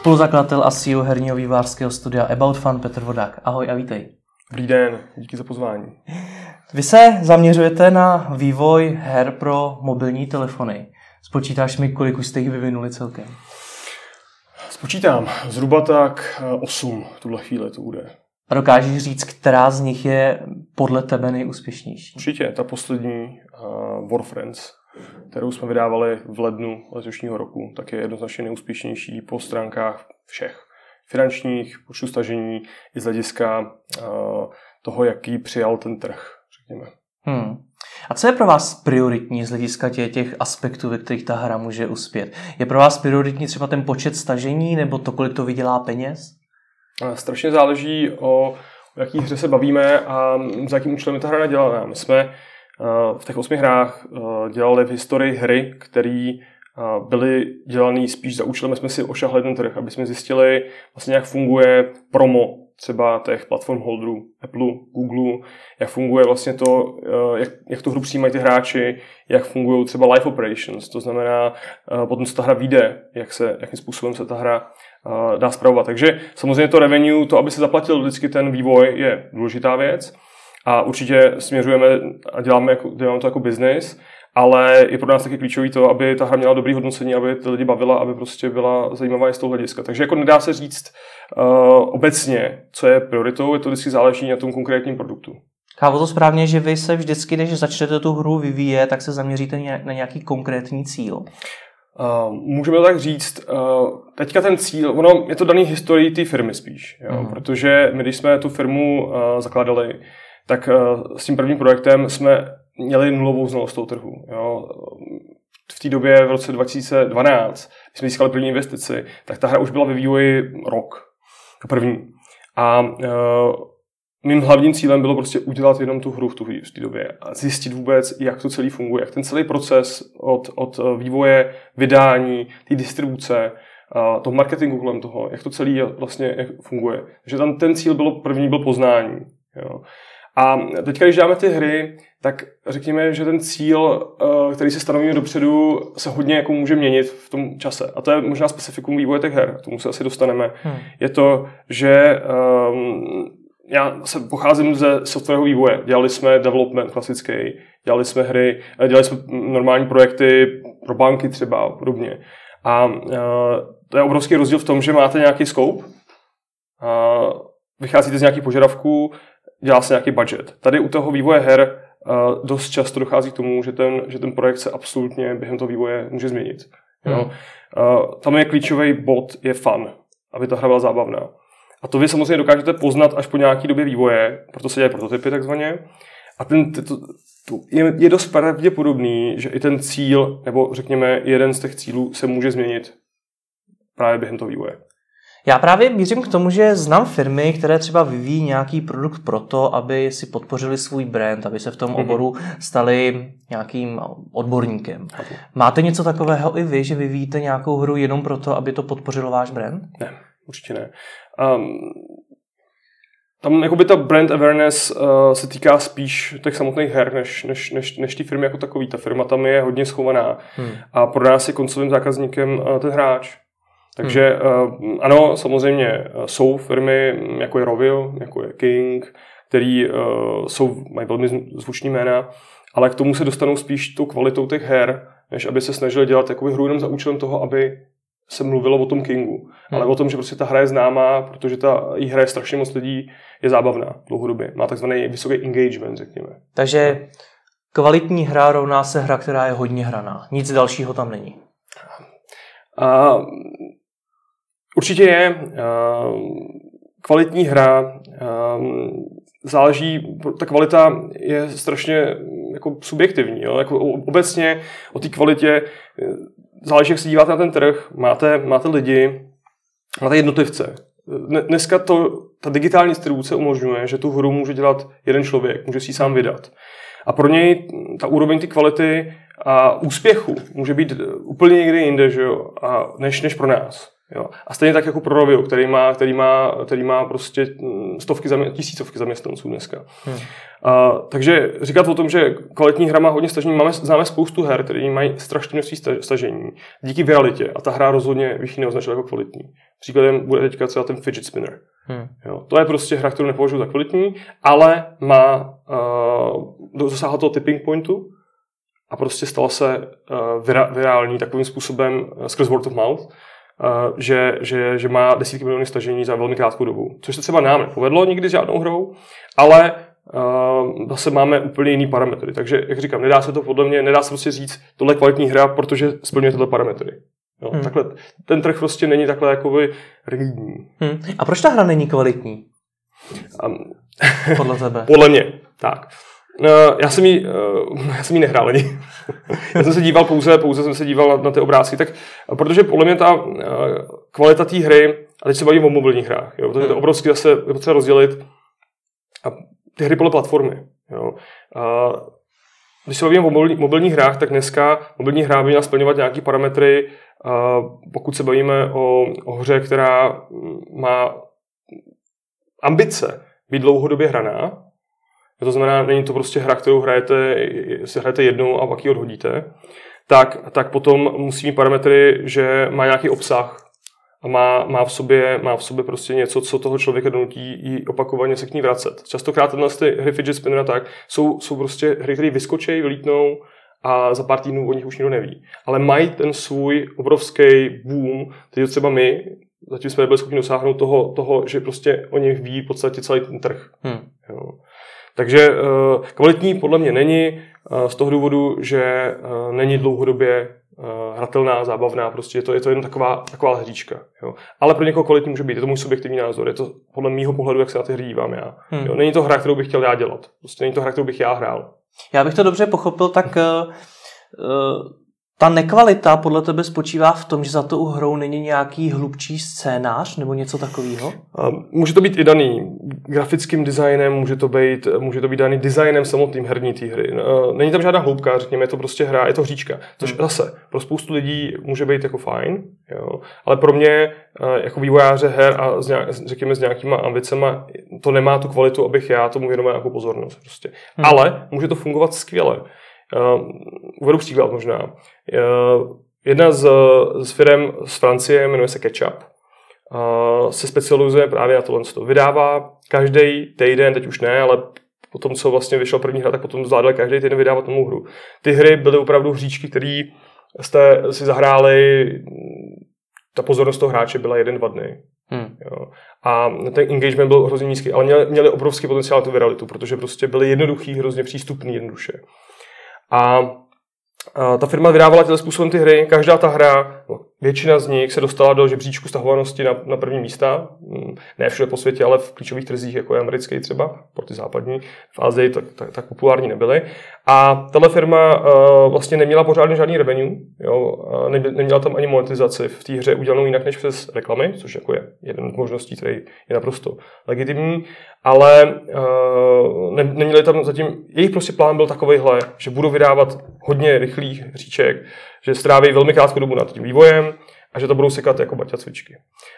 spoluzakladatel a CEO herního vývojářského studia About Fun Petr Vodák. Ahoj a vítej. Dobrý den, díky za pozvání. Vy se zaměřujete na vývoj her pro mobilní telefony. Spočítáš mi, kolik už jste jich vyvinuli celkem? Spočítám. Zhruba tak 8 v tuhle chvíli to bude. A dokážeš říct, která z nich je podle tebe nejúspěšnější? Určitě, ta poslední Warfriends, kterou jsme vydávali v lednu letošního roku, tak je jednoznačně nejúspěšnější po stránkách všech. Finančních, počtu stažení i z hlediska toho, jaký přijal ten trh, řekněme. A co je pro vás prioritní z hlediska těch aspektů, ve kterých ta hra může uspět? Je pro vás prioritní třeba ten počet stažení nebo to, kolik to vydělá peněz? Strašně záleží o jaký hře se bavíme a za jakým účelem je ta hra nadělaná. My jsme v těch 8 hrách dělali v historii hry, které byly dělané spíš za účelem, jsme si ošahli ten trh, aby jsme zjistili vlastně, jak funguje promo třeba těch platform holderů, Apple, Google, jak funguje vlastně to, jak tu hru přijímají ty hráči, jak fungují třeba live operations, to znamená potom, co ta hra vyjde, jakým způsobem se ta hra dá spravovat. Takže samozřejmě to revenue, to, aby se zaplatil vždycky ten vývoj, je důležitá věc a určitě směřujeme a děláme to jako business, ale je pro nás taky klíčový to, aby ta hra měla dobrý hodnocení, aby ty lidi bavila, aby prostě byla zajímavá i z toho hlediska. Takže jako nedá se říct obecně, co je prioritou, je to vždycky záleží na tom konkrétním produktu. Chápu to správně, že vy se vždycky, když začnete tu hru vyvíjet, tak se zaměříte na nějaký konkrétní cíl? Můžeme to tak říct. Teďka ten cíl, je to daný historií té firmy spíš, jo? Protože my, když jsme tu firmu zakládali, tak s tím prvním projektem jsme měli nulovou znalost toho trhu. Jo. V té době, v roce 2012, když jsme získali první investici, tak ta hra už byla ve vývoji rok. První. A mým hlavním cílem bylo prostě udělat jenom tu hru v té době a zjistit vůbec, jak to celý funguje, jak ten celý proces od vývoje, vydání, té distribuce, toho marketingu kolem toho, jak to celý vlastně jak funguje. Takže tam ten cíl první byl poznání. Jo. A teď, když děláme ty hry, tak řekněme, že ten cíl, který si stanovíme dopředu, se hodně jako může měnit v tom čase. A to je možná specifikum vývoje těch her, k tomu se asi dostaneme. Je to, že já pocházím ze softwarového vývoje. Dělali jsme development klasický, dělali jsme hry, dělali jsme normální projekty pro banky třeba a podobně. A to je obrovský rozdíl v tom, že máte nějaký scope, vycházíte z nějakých požadavků, dělá se nějaký budget. Tady u toho vývoje her dost často dochází k tomu, že ten projekt se absolutně během toho vývoje může změnit. Jo? Tam je klíčový bod, je fun, aby ta hra byla zábavná. A to vy samozřejmě dokážete poznat až po nějaký době vývoje, proto se dělají prototypy takzvaně. A je dost pravděpodobný, že i ten cíl, nebo řekněme jeden z těch cílů se může změnit právě během toho vývoje. Já právě mířím k tomu, že znám firmy, které třeba vyvíjí nějaký produkt proto, aby si podpořili svůj brand, aby se v tom oboru stali nějakým odborníkem. Máte něco takového i vy, že vyvíjíte nějakou hru jenom proto, aby to podpořilo váš brand? Ne, určitě ne. Tam jakoby ta brand awareness se týká spíš těch samotných her, než ty firmy jako takový. Ta firma tam je hodně schovaná a pro nás je koncovým zákazníkem ten hráč. Takže ano, samozřejmě jsou firmy, jako je Rovio, jako je King, který mají velmi zvučný jména, ale k tomu se dostanou spíš tou kvalitou těch her, než aby se snažili dělat takovou hru jenom za účelem toho, aby se mluvilo o tom Kingu. Ale o tom, že prostě ta hra je známá, protože ta jí hraje strašně moc lidí, je zábavná dlouhodobě. Má takzvaný vysoký engagement, řekněme. Takže kvalitní hra rovná se hra, která je hodně hraná. Nic dalšího tam není. Určitě je. Kvalitní hra záleží, ta kvalita je strašně jako subjektivní. Jo? Jako obecně o té kvalitě záleží, jak se díváte na ten trh. Máte lidi, máte jednotlivce. Dneska ta digitální distribuce umožňuje, že tu hru může dělat jeden člověk, může si ji sám vydat. A pro něj ta úroveň ty kvality a úspěchu může být úplně někde jinde, že jo? Než pro nás. Jo. A stejně tak jako pro Rovio, který má prostě tisícovky zaměstnanců dneska. Takže říkat o tom, že kvalitní hra má hodně stažení, známe spoustu her, které mají strašně množství stažení díky viralitě a ta hra rozhodně bych ji neoznačila jako kvalitní. Příkladem bude teďka třeba ten fidget spinner. Jo, to je prostě hra, kterou nepovažuji za kvalitní, ale dosáhla toho tipping pointu a prostě stala se virální takovým způsobem skrz word of mouth, že má desítky milionů stažení za velmi krátkou dobu. Což se třeba nám nepovedlo nikdy s žádnou hrou, ale zase máme úplně jiný parametry. Takže, jak říkám, nedá se prostě říct, tohle je kvalitní hra, protože splňuje tyhle parametry. Jo, takhle, ten trh prostě není takhle jakoby rigidní. A proč ta hra není kvalitní? Podle tebe? Podle mě, tak. Já jsem jí nehrál ani. Já jsem se díval pouze jsem se díval na ty obrázky, tak protože podle mě ta kvalita té hry, a teď se bavím o mobilních hrách, jo, protože to obrovsky zase je potřeba rozdělit a ty hry podle platformy. Jo. Když se bavím o mobilních hrách, tak dneska mobilní hra by měla splňovat nějaké parametry, pokud se bavíme o hře, která má ambice být dlouhodobě hraná. To znamená, není to prostě hra, kterou hrajete jednou a pak ji odhodíte, tak potom musí mít parametry, že má nějaký obsah a má v sobě prostě něco, co toho člověka donutí i opakovaně se k ní vracet. Častokrát ty hry fidget spinner tak jsou prostě hry, které vyskočí, vylítnou a za pár týdnů o nich už nikdo neví. Ale mají ten svůj obrovský boom, který třeba my, zatím jsme nebyli schopni dosáhnout toho, že prostě o nich ví v podstatě celý ten trh. Jo. Takže kvalitní podle mě není z toho důvodu, že není dlouhodobě hratelná, zábavná, prostě je to jen taková hříčka. Jo. Ale pro někoho kvalitní může být, je to můj subjektivní názor, je to podle mýho pohledu, jak se na ty hry dívám já. Jo. Není to hra, kterou bych chtěl já dělat, prostě není to hra, kterou bych já hrál. Já bych to dobře pochopil, tak ta nekvalita podle tebe spočívá v tom, že za tou hrou není nějaký hlubší scénář nebo něco takového? Může to být i daný grafickým designem, může to být daný designem samotným herní té hry. Není tam žádná hloubka, řekněme, je to prostě hra, je to hříčka. Což zase pro spoustu lidí může být jako fajn, jo, ale pro mě jako vývojáře her a řekněme s nějakýma ambicema to nemá tu kvalitu, abych já tomu věnoval nějakou pozornost. Prostě. Ale může to fungovat skvěle. Uvedu příklad možná. Jedna z firem z Francie, jmenuje se Ketchup, se specializuje právě na tohle. Vydává každý týden, teď už ne, ale potom, co vlastně vyšla první hra, tak potom zvládali každý týden vydávat novou hru. Ty hry byly opravdu hříčky, které jste si zahráli, ta pozornost toho hráče byla 1-2 dny. Jo. A ten engagement byl hrozně nízký, ale měli obrovský potenciál na tu viralitu, protože prostě byly jednoduchý, hrozně přístupný, jednoduše. A ta firma vydávala tímhle způsobem ty hry. Každá ta hra, většina z nich se dostala do žebříčku stahovanosti na první místa. Ne všude po světě, ale v klíčových trzích, jako je americký třeba, pro ty západní, v Asii tak populární nebyly. A tato firma vlastně neměla pořádně žádný revenue, jo, neměla tam ani monetizaci v té hře udělanou jinak než přes reklamy, což jako je jeden z možností, který je naprosto legitimní, ale neměli tam zatím, jejich prostě plán byl takovejhle, že budou vydávat hodně rychlých hříček, že stráví velmi krátkou dobu nad tím vývojem a že to budou sekat jako baťa cvičky.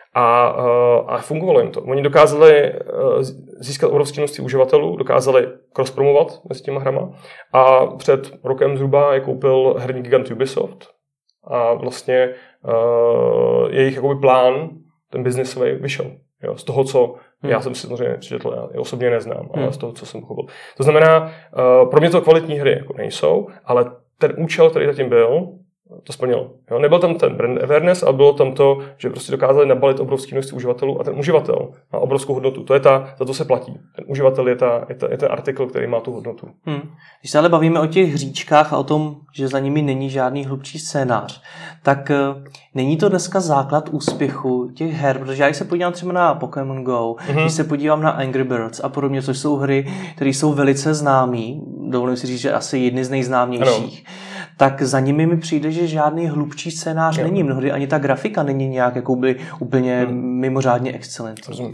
A fungovalo jim to. Oni dokázali získat obrovské množství uživatelů, dokázali cross-promovat mezi těma hrama a před rokem zhruba je koupil herní gigant Ubisoft a vlastně jejich jakoby plán, ten biznisový, vyšel. Jo, z toho, co já jsem si samozřejmě přečetl, já osobně neznám, ale z toho, co jsem pochopil. To znamená, pro mě to kvalitní hry jako nejsou, ale ten účel, který zatím byl, to splnilo. Jo? Nebyl tam ten brand awareness, ale bylo tam to, že prostě dokázali nabalit obrovský množství uživatelů a ten uživatel má obrovskou hodnotu. To je za to se platí. Ten uživatel je ten artikl, který má tu hodnotu. Když se ale bavíme o těch hříčkách a o tom, že za nimi není žádný hlubší scénář, tak není to dneska základ úspěchu těch her, protože já když se podívám třeba na Pokémon Go, když se podívám na Angry Birds a podobně, což jsou hry, které jsou velice známý, dovolím si říct, že asi jedny z nejznámějších, tak za nimi mi přijde, že žádný hlubší scénář není. Mnohdy ani ta grafika není nějak jakoby úplně mimořádně excelentní.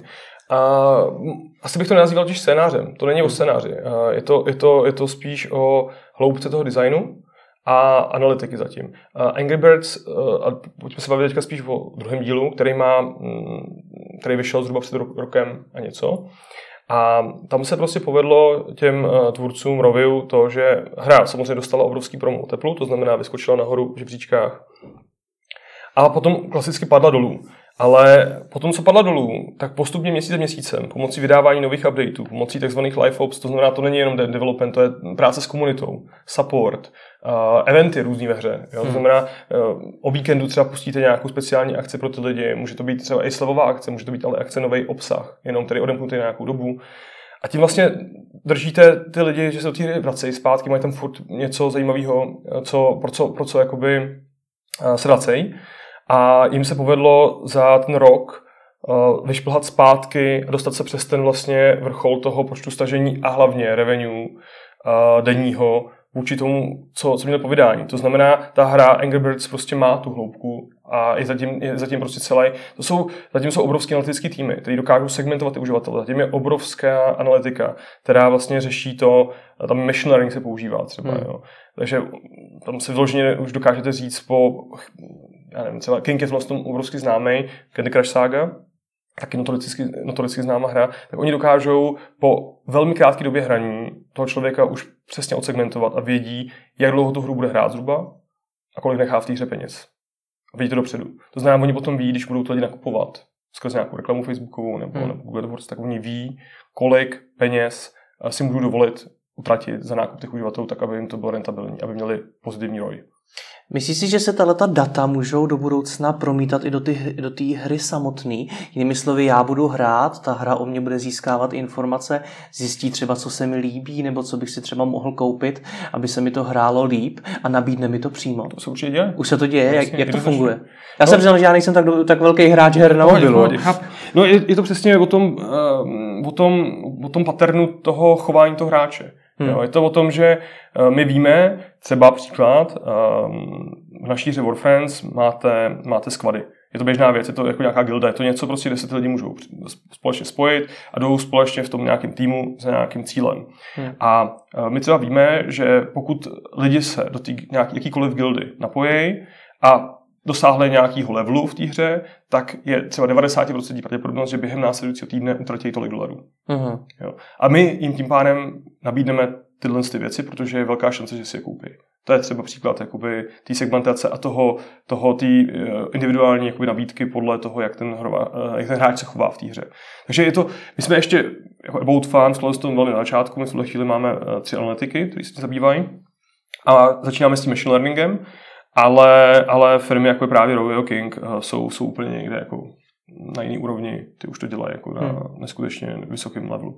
Asi bych to nenazýval těž scénářem. To není o scénáři. Je to spíš o hloubce toho designu a analytiky zatím. Angry Birds, a pojďme se bavit teďka spíš o druhém dílu, který má který vyšel zhruba před rokem a něco. A tam se prostě povedlo těm tvůrcům Roviu to, že hra samozřejmě dostala obrovský promo teplu, to znamená vyskočila nahoru v žebříčkách. A potom klasicky padla dolů. Ale potom, co padla dolů, tak postupně měsíc za měsícem, pomocí vydávání nových updateů, pomocí tzv. Live ops, to znamená, to není jenom development, to je práce s komunitou, support, eventy různý ve hře. Jo? To znamená, o víkendu třeba pustíte nějakou speciální akci pro ty lidi, může to být třeba i slevová akce, může to být ale akce nový obsah, jenom tedy odemknutý na nějakou dobu. A tím vlastně držíte ty lidi, že se do té hry vracejí zpátky, mají tam furt něco zajímavého, pro co jakoby se vracejí. A jim se povedlo za ten rok vyšplhat zpátky a dostat se přes ten vlastně vrchol toho počtu stažení a hlavně revenue denního vůči tomu, co měli po vydání. To znamená, ta hra Angry Birds prostě má tu hloubku a je zatím prostě celé. Zatím jsou obrovské analytické týmy, které dokážou segmentovat ty uživatele. Zatím je obrovská analytika, která vlastně řeší to, tam machine learning se používá třeba. Jo. Takže tam se vyloženě už dokážete říct já nevím, třeba King je v tom obrovsky známý, Candy Crush Saga, taky notoricky známá hra, tak oni dokážou po velmi krátké době hraní toho člověka už přesně odsegmentovat a vědí, jak dlouho tu hru bude hrát zhruba a kolik nechá v té hře peněz. A vidí to dopředu. To znamená, oni potom ví, když budou to lidi nakupovat skrz nějakou reklamu Facebookovou nebo Google AdWords, tak oni ví, kolik peněz si můžou dovolit utratit za nákup těch uživatelů, tak aby jim to bylo rentabilní, aby měli pozitivní ROI. Myslíš si, že se tato data můžou do budoucna promítat i do té hry samotný? Jinými slovy, já budu hrát, ta hra o mě bude získávat informace, zjistí třeba, co se mi líbí, nebo co bych si třeba mohl koupit, aby se mi to hrálo líp a nabídne mi to přímo. To se určitě děje. Už se to děje? Jak to funguje? Já jsem přiznal, že já nejsem tak velký hráč her na mobilu. No je to přesně o tom patternu toho chování toho hráče. Jo, je to o tom, že my víme, třeba příklad, v naší hře Warfriends máte squady. Je to běžná věc, je to jako nějaká gilda, je to něco, prostě, kde se ty lidi můžou společně spojit a jdou společně v tom nějakém týmu za nějakým cílem. A my třeba víme, že pokud lidi se do jakýkoliv gildy napojí a dosáhli nějakého levelu v té hře, tak je třeba 90% pravděpodobnost, že během následujícího týdne utratí tolik dolarů. Jo. A my jim tím pádem nabídneme tyhle ty věci, protože je velká šance, že si je koupí. To je třeba příklad té segmentace a té individuální jakoby, nabídky podle toho, jak ten hráč se chová v té hře. Takže my jsme ještě jako About Fun, v tom velmi na začátku, my v tuhle chvíli máme 3 analytiky, které se tím zabývají a začínáme s tím machine learningem, ale firmy jako je právě Rovio King jsou úplně někde jako na jiný úrovni, ty už to dělají jako na neskutečně vysokém levelu.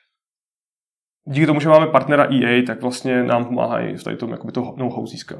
Díky tomu, že máme partnera EA, tak vlastně nám pomáhají v tom jakoby to know-how získat.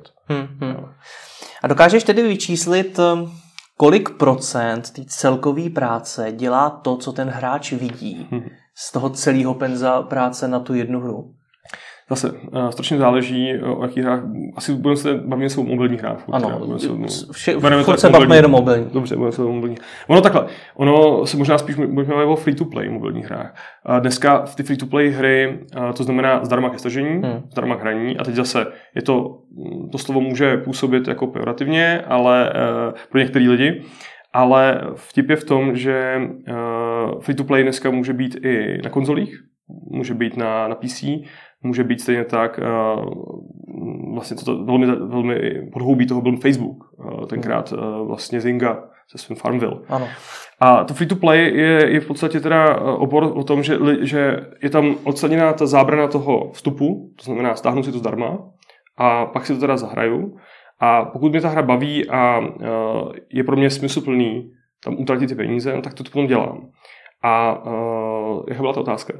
A dokážeš tedy vyčíslit, kolik procent té celkové práce dělá to, co ten hráč vidí z toho celého penza práce na tu jednu hru? Zase, strašně záleží, o jakých hrách. Asi bavíme se o mobilních hrách. Ano, furt se bavíme jenom mobilní. Dobře, budeme se o mobilních. Ono se možná spíš bavíme o free-to-play mobilních hrách. Dneska ty free-to-play hry, to znamená zdarma ke stažení, zdarma k hraní, a teď zase to slovo může působit jako pejorativně, ale pro některý lidi, ale vtip je v tom, že free-to-play dneska může být i na konzolích, může být na PC, může být stejně tak, vlastně to velmi, velmi podhoubí toho byl Facebook, tenkrát vlastně Zynga se svým Farmville. Ano. A to free-to-play je v podstatě teda obor o tom, že je tam odstraněná ta zábrana toho vstupu, to znamená stáhnu si to zdarma a pak si to teda zahraju. A pokud mě ta hra baví a je pro mě smysluplný tam utratit ty peníze, tak to potom dělám. A jaká byla ta otázka?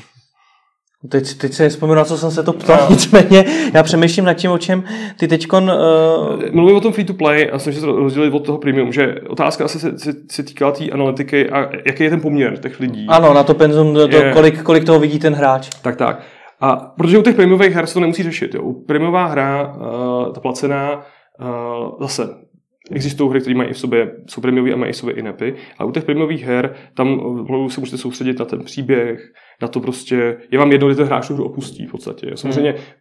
Teď se vzpomínal, co jsem se to ptal, nicméně já přemýšlím nad tím, o čem ty teďkon... Mluvím o tom free-to-play a jsem se rozdělit od toho premium, že otázka asi se týkala té analytiky a jaký je ten poměr těch lidí. Ano, na to penzum, kolik toho vidí ten hráč. Tak. A protože u těch prémiových her se to nemusí řešit. Jo. Prémiová hra, ta placená, zase existují hry, které mají i v sobě, jsou prémiové a mají i v sobě in-appy, a u těch prémiových her tam se můžete soustředit na ten příběh, na to prostě, je vám jedno, kdy ten hráč tu hru opustí v podstatě. Samozřejmě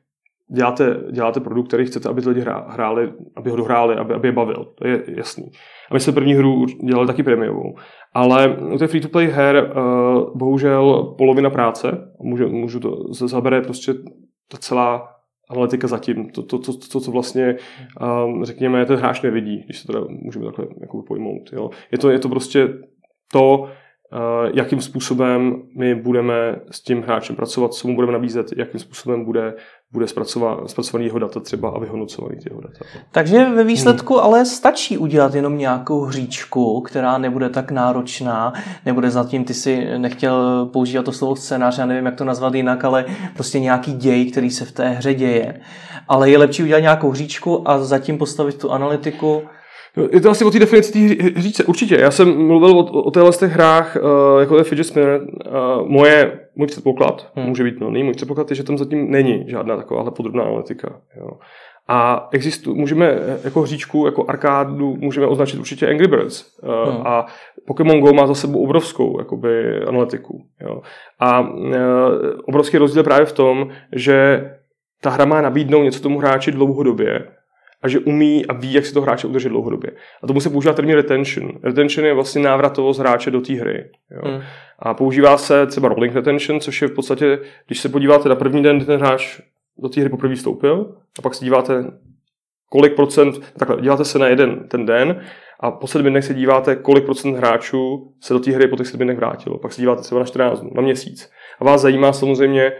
děláte produkt, který chcete, aby lidi hráli, aby ho dohráli, aby je bavil. To je jasný. A my jsme první hru dělali taky prémiovou. Ale u těch free-to-play her bohužel polovina práce, můžu to zabere prostě ta celá analytika zatím, to co vlastně, řekněme, ten hráč nevidí, když se to můžeme takhle jako pojmout. Jo. Je to prostě to, jakým způsobem my budeme s tím hráčem pracovat, co mu budeme nabízet, jakým způsobem bude zpracovaný jeho data třeba a vyhodnocovaný jeho data. Takže ve výsledku ale stačí udělat jenom nějakou hříčku, která nebude tak náročná, nebude zatím, ty si nechtěl používat to slovo scénář, já nevím, jak to nazvat jinak, ale prostě nějaký děj, který se v té hře děje. Ale je lepší udělat nějakou hříčku a zatím postavit tu analytiku. Je to asi o té definici té hříčce. Určitě. Já jsem mluvil o těchto hrách, jako je Fidget Spinner. Můj předpoklad, může být milný, můj předpoklad je, že tam zatím není žádná taková podrobná analytika. Jo. A můžeme jako hříčku, jako arkádu, můžeme označit určitě Angry Birds. A Pokémon Go má za sebou obrovskou jakoby, analytiku. Jo. A obrovský rozdíl právě v tom, že ta hra má nabídnout něco tomu hráči dlouhodobě, a že umí a ví, jak si to hráče udržet dlouhodobě. A tomu se používá termín retention. Retention je vlastně návratovost hráče do té hry. Jo. A používá se třeba rolling retention, což je v podstatě, když se podíváte na první den, kdy ten hráč do té hry poprvé vstoupil, a pak se díváte, kolik procent, takhle, díváte se na jeden ten den a po 7 dnech se díváte, kolik procent hráčů se do té hry po těch 7 dnech vrátilo. Pak se díváte třeba na 14 dnů, na měsíc. A vás zajímá samozřejmě,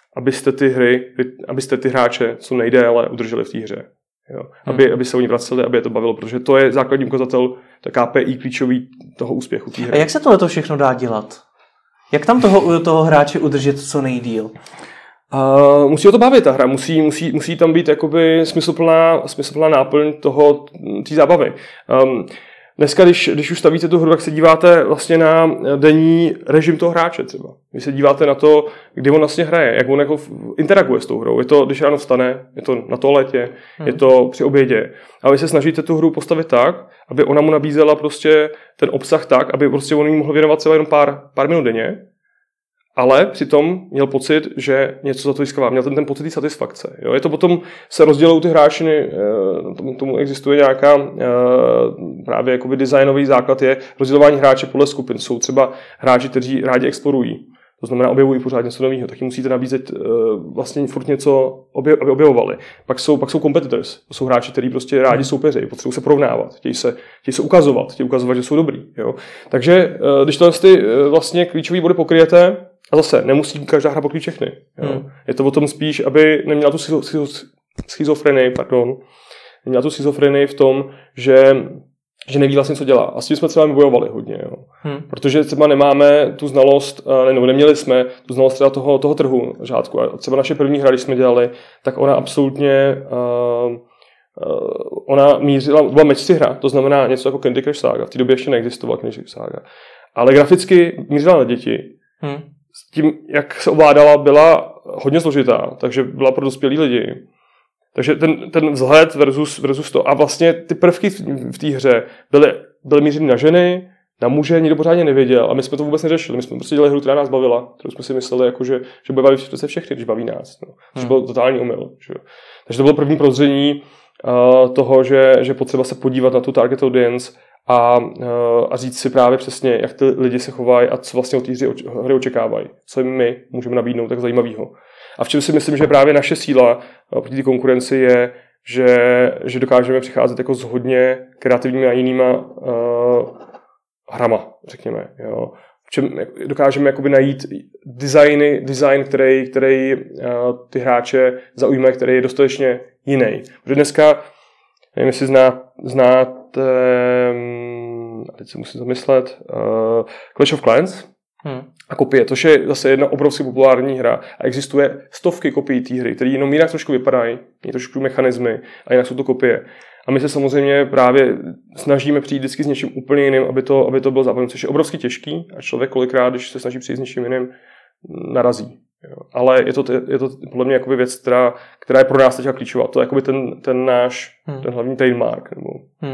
abyste ty hráče co nejdéle udrželi v té hře. Jo. Aby se oni vraceli, aby je to bavilo, protože to je základní ukazatel, to KPI klíčový toho úspěchu té hry. A jak se tohle všechno dá dělat? Jak tam toho hráče udržet co nejdýl? Musí o to bavit ta hra, musí tam být jakoby smysluplná náplň té zábavy. Dneska, když už stavíte tu hru, tak se díváte vlastně na denní režim toho hráče třeba. Vy se díváte na to, kdy on vlastně hraje, jak on jako interaguje s tou hrou. Je to, když ráno vstane, je to na toaletě, je to při obědě. A vy se snažíte tu hru postavit tak, aby ona mu nabízela prostě ten obsah tak, aby prostě on jí mohl věnovat třeba jenom pár minut denně, ale přitom měl pocit, že něco za to získává. Měl ten pocit satisfakce. Jo? Je to potom, se rozdělují ty hráči, tomu existuje nějaká právě jakoby designový základ, je rozdělování hráče podle skupin. Jsou třeba hráči, kteří rádi explorují. To znamená, objevují pořád něco nového. Taky musíte nabízet vlastně furt něco, aby objevovali. Pak jsou competitors. To jsou hráči, kteří prostě rádi soupeří, potřebují se porovnávat, chtějí se ukazovat, že jsou dobrý. Jo? Takže když tohle vlastně klíčové body pokryjete, a zase, nemusí každá hra pokrýt všechny. Jo? Je to o tom spíš, aby neměla tu schizofrenii v tom, že neví vlastně, co dělá. A s tím jsme třeba bojovali hodně. Jo? Protože třeba nemáme tu znalost, neměli jsme tu znalost třeba toho trhu řádku. A třeba naše první hra, když jsme dělali, tak ona absolutně ona byla match hra, to znamená něco jako Candy Crush Saga. V té době ještě neexistovala Candy Crush Saga. Ale graficky mířila na děti. S tím, jak se ovládala, byla hodně složitá, takže byla pro dospělí lidi. Takže ten vzhled versus to. A vlastně ty prvky v té hře byly mířeny na ženy, na muže, nikdo pořádně nevěděl a my jsme to vůbec neřešili. My jsme prostě dělali hru, která nás bavila, kterou jsme si mysleli, jako, že bude bavit přece všechny, když baví nás. No. Což byl totální omyl. Že? Takže to bylo první prozření toho, že potřeba se podívat na tu target audience a říct si právě přesně, jak ty lidi se chovají a co vlastně od té hry očekávají. Co jim my můžeme nabídnout tak zajímavého. A v čem si myslím, že právě naše síla proti té konkurenci je, že dokážeme přicházet jako s hodně kreativními a jinýma hrama, řekněme. Jo. V čem dokážeme jakoby najít design, který ty hráče zaujme, který je dostatečně jiný. Protože dneska, nevím, jestli znáte, a teď se musím zamyslet, Clash of Clans a kopie, což je zase jedna obrovsky populární hra a existuje stovky kopií té hry, které jenom jinak trošku vypadají, mají trošku mechanismy a jinak jsou to kopie. A my se samozřejmě právě snažíme přijít vždycky s něčím úplně jiným, aby to bylo zábavné, což je obrovsky těžký a člověk kolikrát, když se snaží přijít s něčím jiným, narazí. Jo. Ale je to podle mě jakoby věc, která je pro nás teďka klíčová. To je jakoby ten náš ten hlavní trademark. Nebo...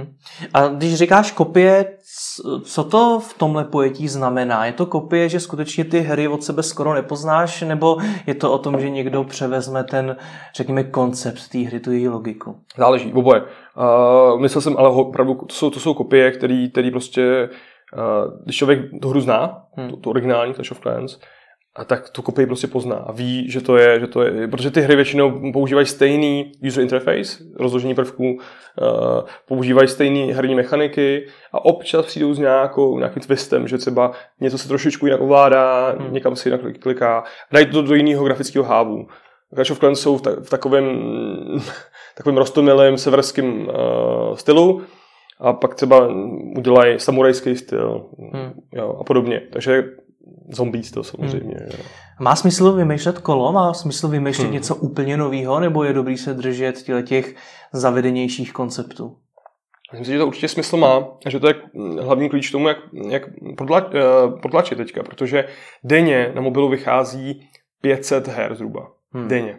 A když říkáš kopie, co to v tomhle pojetí znamená? Je to kopie, že skutečně ty hry od sebe skoro nepoznáš, nebo je to o tom, že někdo převezme ten, řekněme, koncept té hry, tu její logiku? Záleží, oboje. Myslel jsem, ale opravdu to jsou kopie, které prostě, když člověk tu hru zná, tu originální Clash of Clans, a tak tu kopii prostě pozná a ví, že to je, protože ty hry většinou používají stejný user interface, rozložení prvků, používají stejné herní mechaniky a občas přijdou s nějakým twistem, že třeba něco se trošičku jinak ovládá, někam si jinak kliká, dají to do jiného grafického hávu. Clash of Clans jsou v takovém roztomilém severském stylu a pak třeba udělají samurajský styl a podobně. Takže zombie styl samozřejmě. Má smysl vymýšlet kolo? Má smysl vymýšlet něco úplně nového? Nebo je dobrý se držet těch zavedenějších konceptů? Myslím si, že to určitě smysl má. Že to je hlavní klíč k tomu, jak potlačit teďka. Protože denně na mobilu vychází 500 her zhruba. Denně.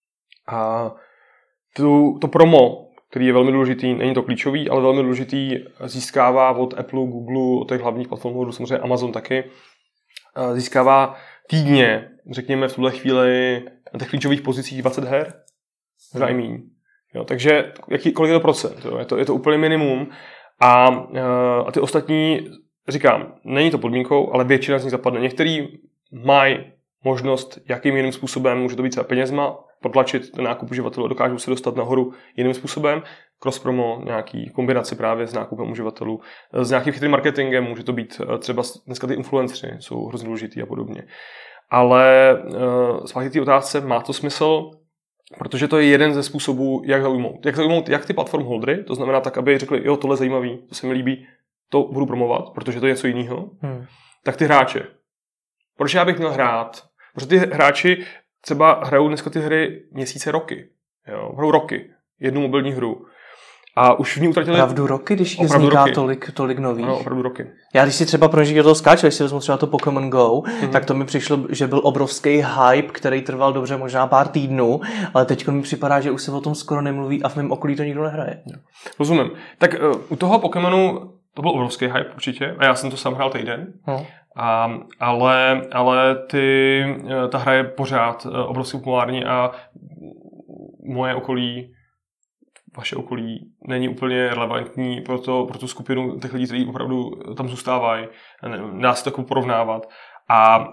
A to promo, který je velmi důležitý, není to klíčový, ale velmi důležitý, získává od Apple, Google, od těch hlavních platform, samozřejmě Amazon taky, získává týdně, řekněme v tuhle chvíli na těch klíčových pozicích 20 her, možná i míň. Jo, takže kolik je to procent? Jo? Je to úplně minimum a ty ostatní, říkám, není to podmínkou, ale většina z nich zapadne. Některý mají možnost, jakým jiným způsobem, může to být třeba penězma, potlačit ten nákup uživatelů, dokážou se dostat nahoru jiným způsobem, cross-promo, nějaký kombinaci právě s nákupem uživatelů, s nějakým chytrým marketingem, může to být třeba dneska ty influenceři, jsou hrozně důležitý a podobně. Ale zpátky té otázce, má to smysl, protože to je jeden ze způsobů, jak zaujmout jak ty platform holdery, to znamená tak, aby řekli, jo, tohle je zajímavý, to se mi líbí, to budu promovat, protože to je něco jiného, tak ty hráče. Proč já bych měl hrát? Protože ty hráči třeba hrajou dneska ty hry měsíce, roky. Jo? Hrajou roky. Jednu mobilní hru. A už v ní utratili... Opravdu roky, když jich vzniká tolik nových. Ano, opravdu roky. Já když si třeba do toho skáčel, když si vezmu třeba to Pokémon Go, tak to mi přišlo, že byl obrovský hype, který trval dobře možná pár týdnů, ale teď mi připadá, že už se o tom skoro nemluví a v mém okolí to nikdo nehraje. Rozumím. Tak u toho Pokémonu to byl obrovský hype určitě a já jsem to sám hrál týden. Ale ta hra je pořád obrovsky populární a moje okolí, vaše okolí není úplně relevantní pro tu skupinu těch lidí, kteří opravdu tam zůstávají. Dá se to jako porovnávat. A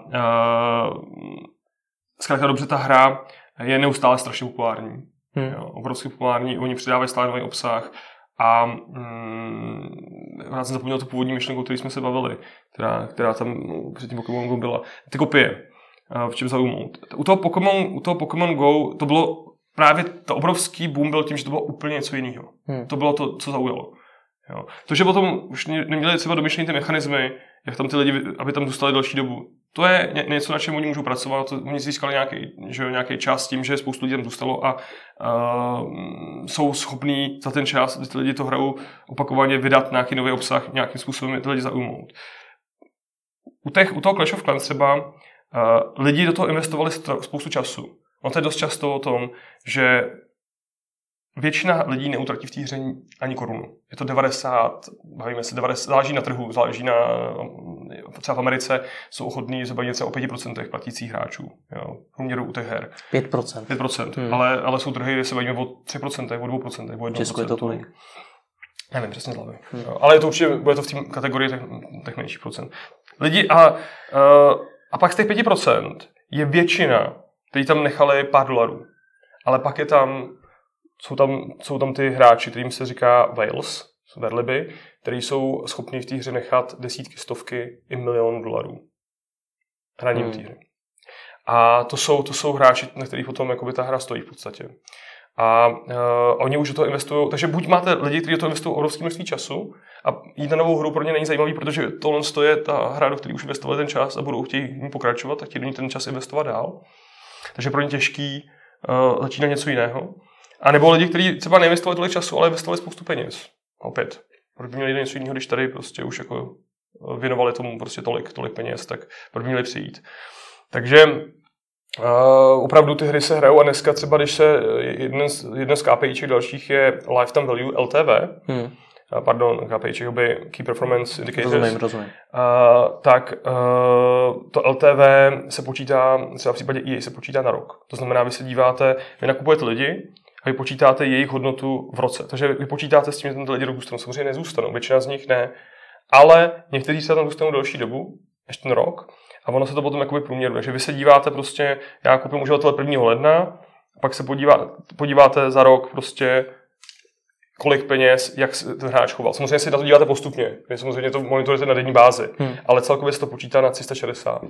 zkrátka dobře, ta hra je neustále strašně populární. Jo, obrovsky populární, oni přidávají stále nový obsah. A já jsem zapomněl tu původní myšlenku, o které jsme se bavili, která tam před tím Pokémon Go byla. Ty kopie, v čem zaujmout. U toho Pokémon Go to bylo právě to obrovský boom byl tím, že to bylo úplně něco jiného. To bylo to, co zaujalo. Jo. To, že potom už neměli třeba domyšlené ty mechanismy, jak tam ty lidi, aby tam zůstali delší dobu. To je něco, na čem oni můžou pracovat. Oni získali nějaký čas tím, že spoustu lidí tam zůstalo a jsou schopní za ten čas, kdy ty lidi to hrajou opakovaně, vydat nějaký nový obsah, nějakým způsobem ty lidi zaujmout. U toho Clash of Clans třeba lidi do toho investovali spoustu času. On to je dost často o tom, že většina lidí neutratí v té hře ani korunu. Je to 90, bavíme se, 90, záleží na trhu, záleží na, třeba v Americe jsou ochotní zbavit se o 5% platících hráčů. Jo, v průměru u těch her. 5%. Ale jsou trhy, kde se bavíme o 3%, o 2%, o 1%. Česko je to kolik? Nevím, přesně z hlavy. Ale je to určitě, bude to v té kategorii těch menších procent. Lidi a pak z těch 5% je většina, kteří tam nechali pár dolarů. Ale pak je jsou tam ty hráči, kterým se říká whales, verliby, kteří jsou schopni v té hře nechat desítky, stovky i milion dolarů. Hraním té hry. A to jsou hráči, na kterých potom jakoby ta hra stojí v podstatě. A oni už do toho investují. Takže buď máte lidi, kteří do toho investují obrovské množství času a jít na novou hru pro ně není zajímavý, protože tohle je ta hra, do které už investovali ten čas a budou chtějí pokračovat a chtějí do ní ten čas investovat dál. Takže pro ně těžký začít na něco jiného. A nebo lidi, kteří třeba neinvestovali tolik času, ale investovali spoustu peněz. A opět, proč by měli něco jiného, když tady prostě už jako věnovali tomu prostě tolik peněz, tak proč by měli přijít. Takže Opravdu ty hry se hrajou a dneska třeba, když se jeden z KPIček dalších je Lifetime Value LTV, pardon, KPIček by Key Performance Indicators, rozumím. Tak to LTV se počítá, třeba v případě EA se počítá na rok. To znamená, vy se díváte, vy nakupujete lidi a vy počítáte jejich hodnotu v roce. Takže vy počítáte s tím, že tam ty lidi rok zůstanou. Samozřejmě nezůstanou, většina z nich ne, ale někteří se tam zůstanou delší dobu, ještě ten rok, a ono se to potom jakoby průměru. Takže vy se díváte prostě, já koupím uživatele 1. ledna, a pak se podíváte za rok prostě, kolik peněz, jak se ten hráč choval. Samozřejmě si na to díváte postupně, vy samozřejmě to monitorujete na denní bázi, ale celkově se to počítá na 360.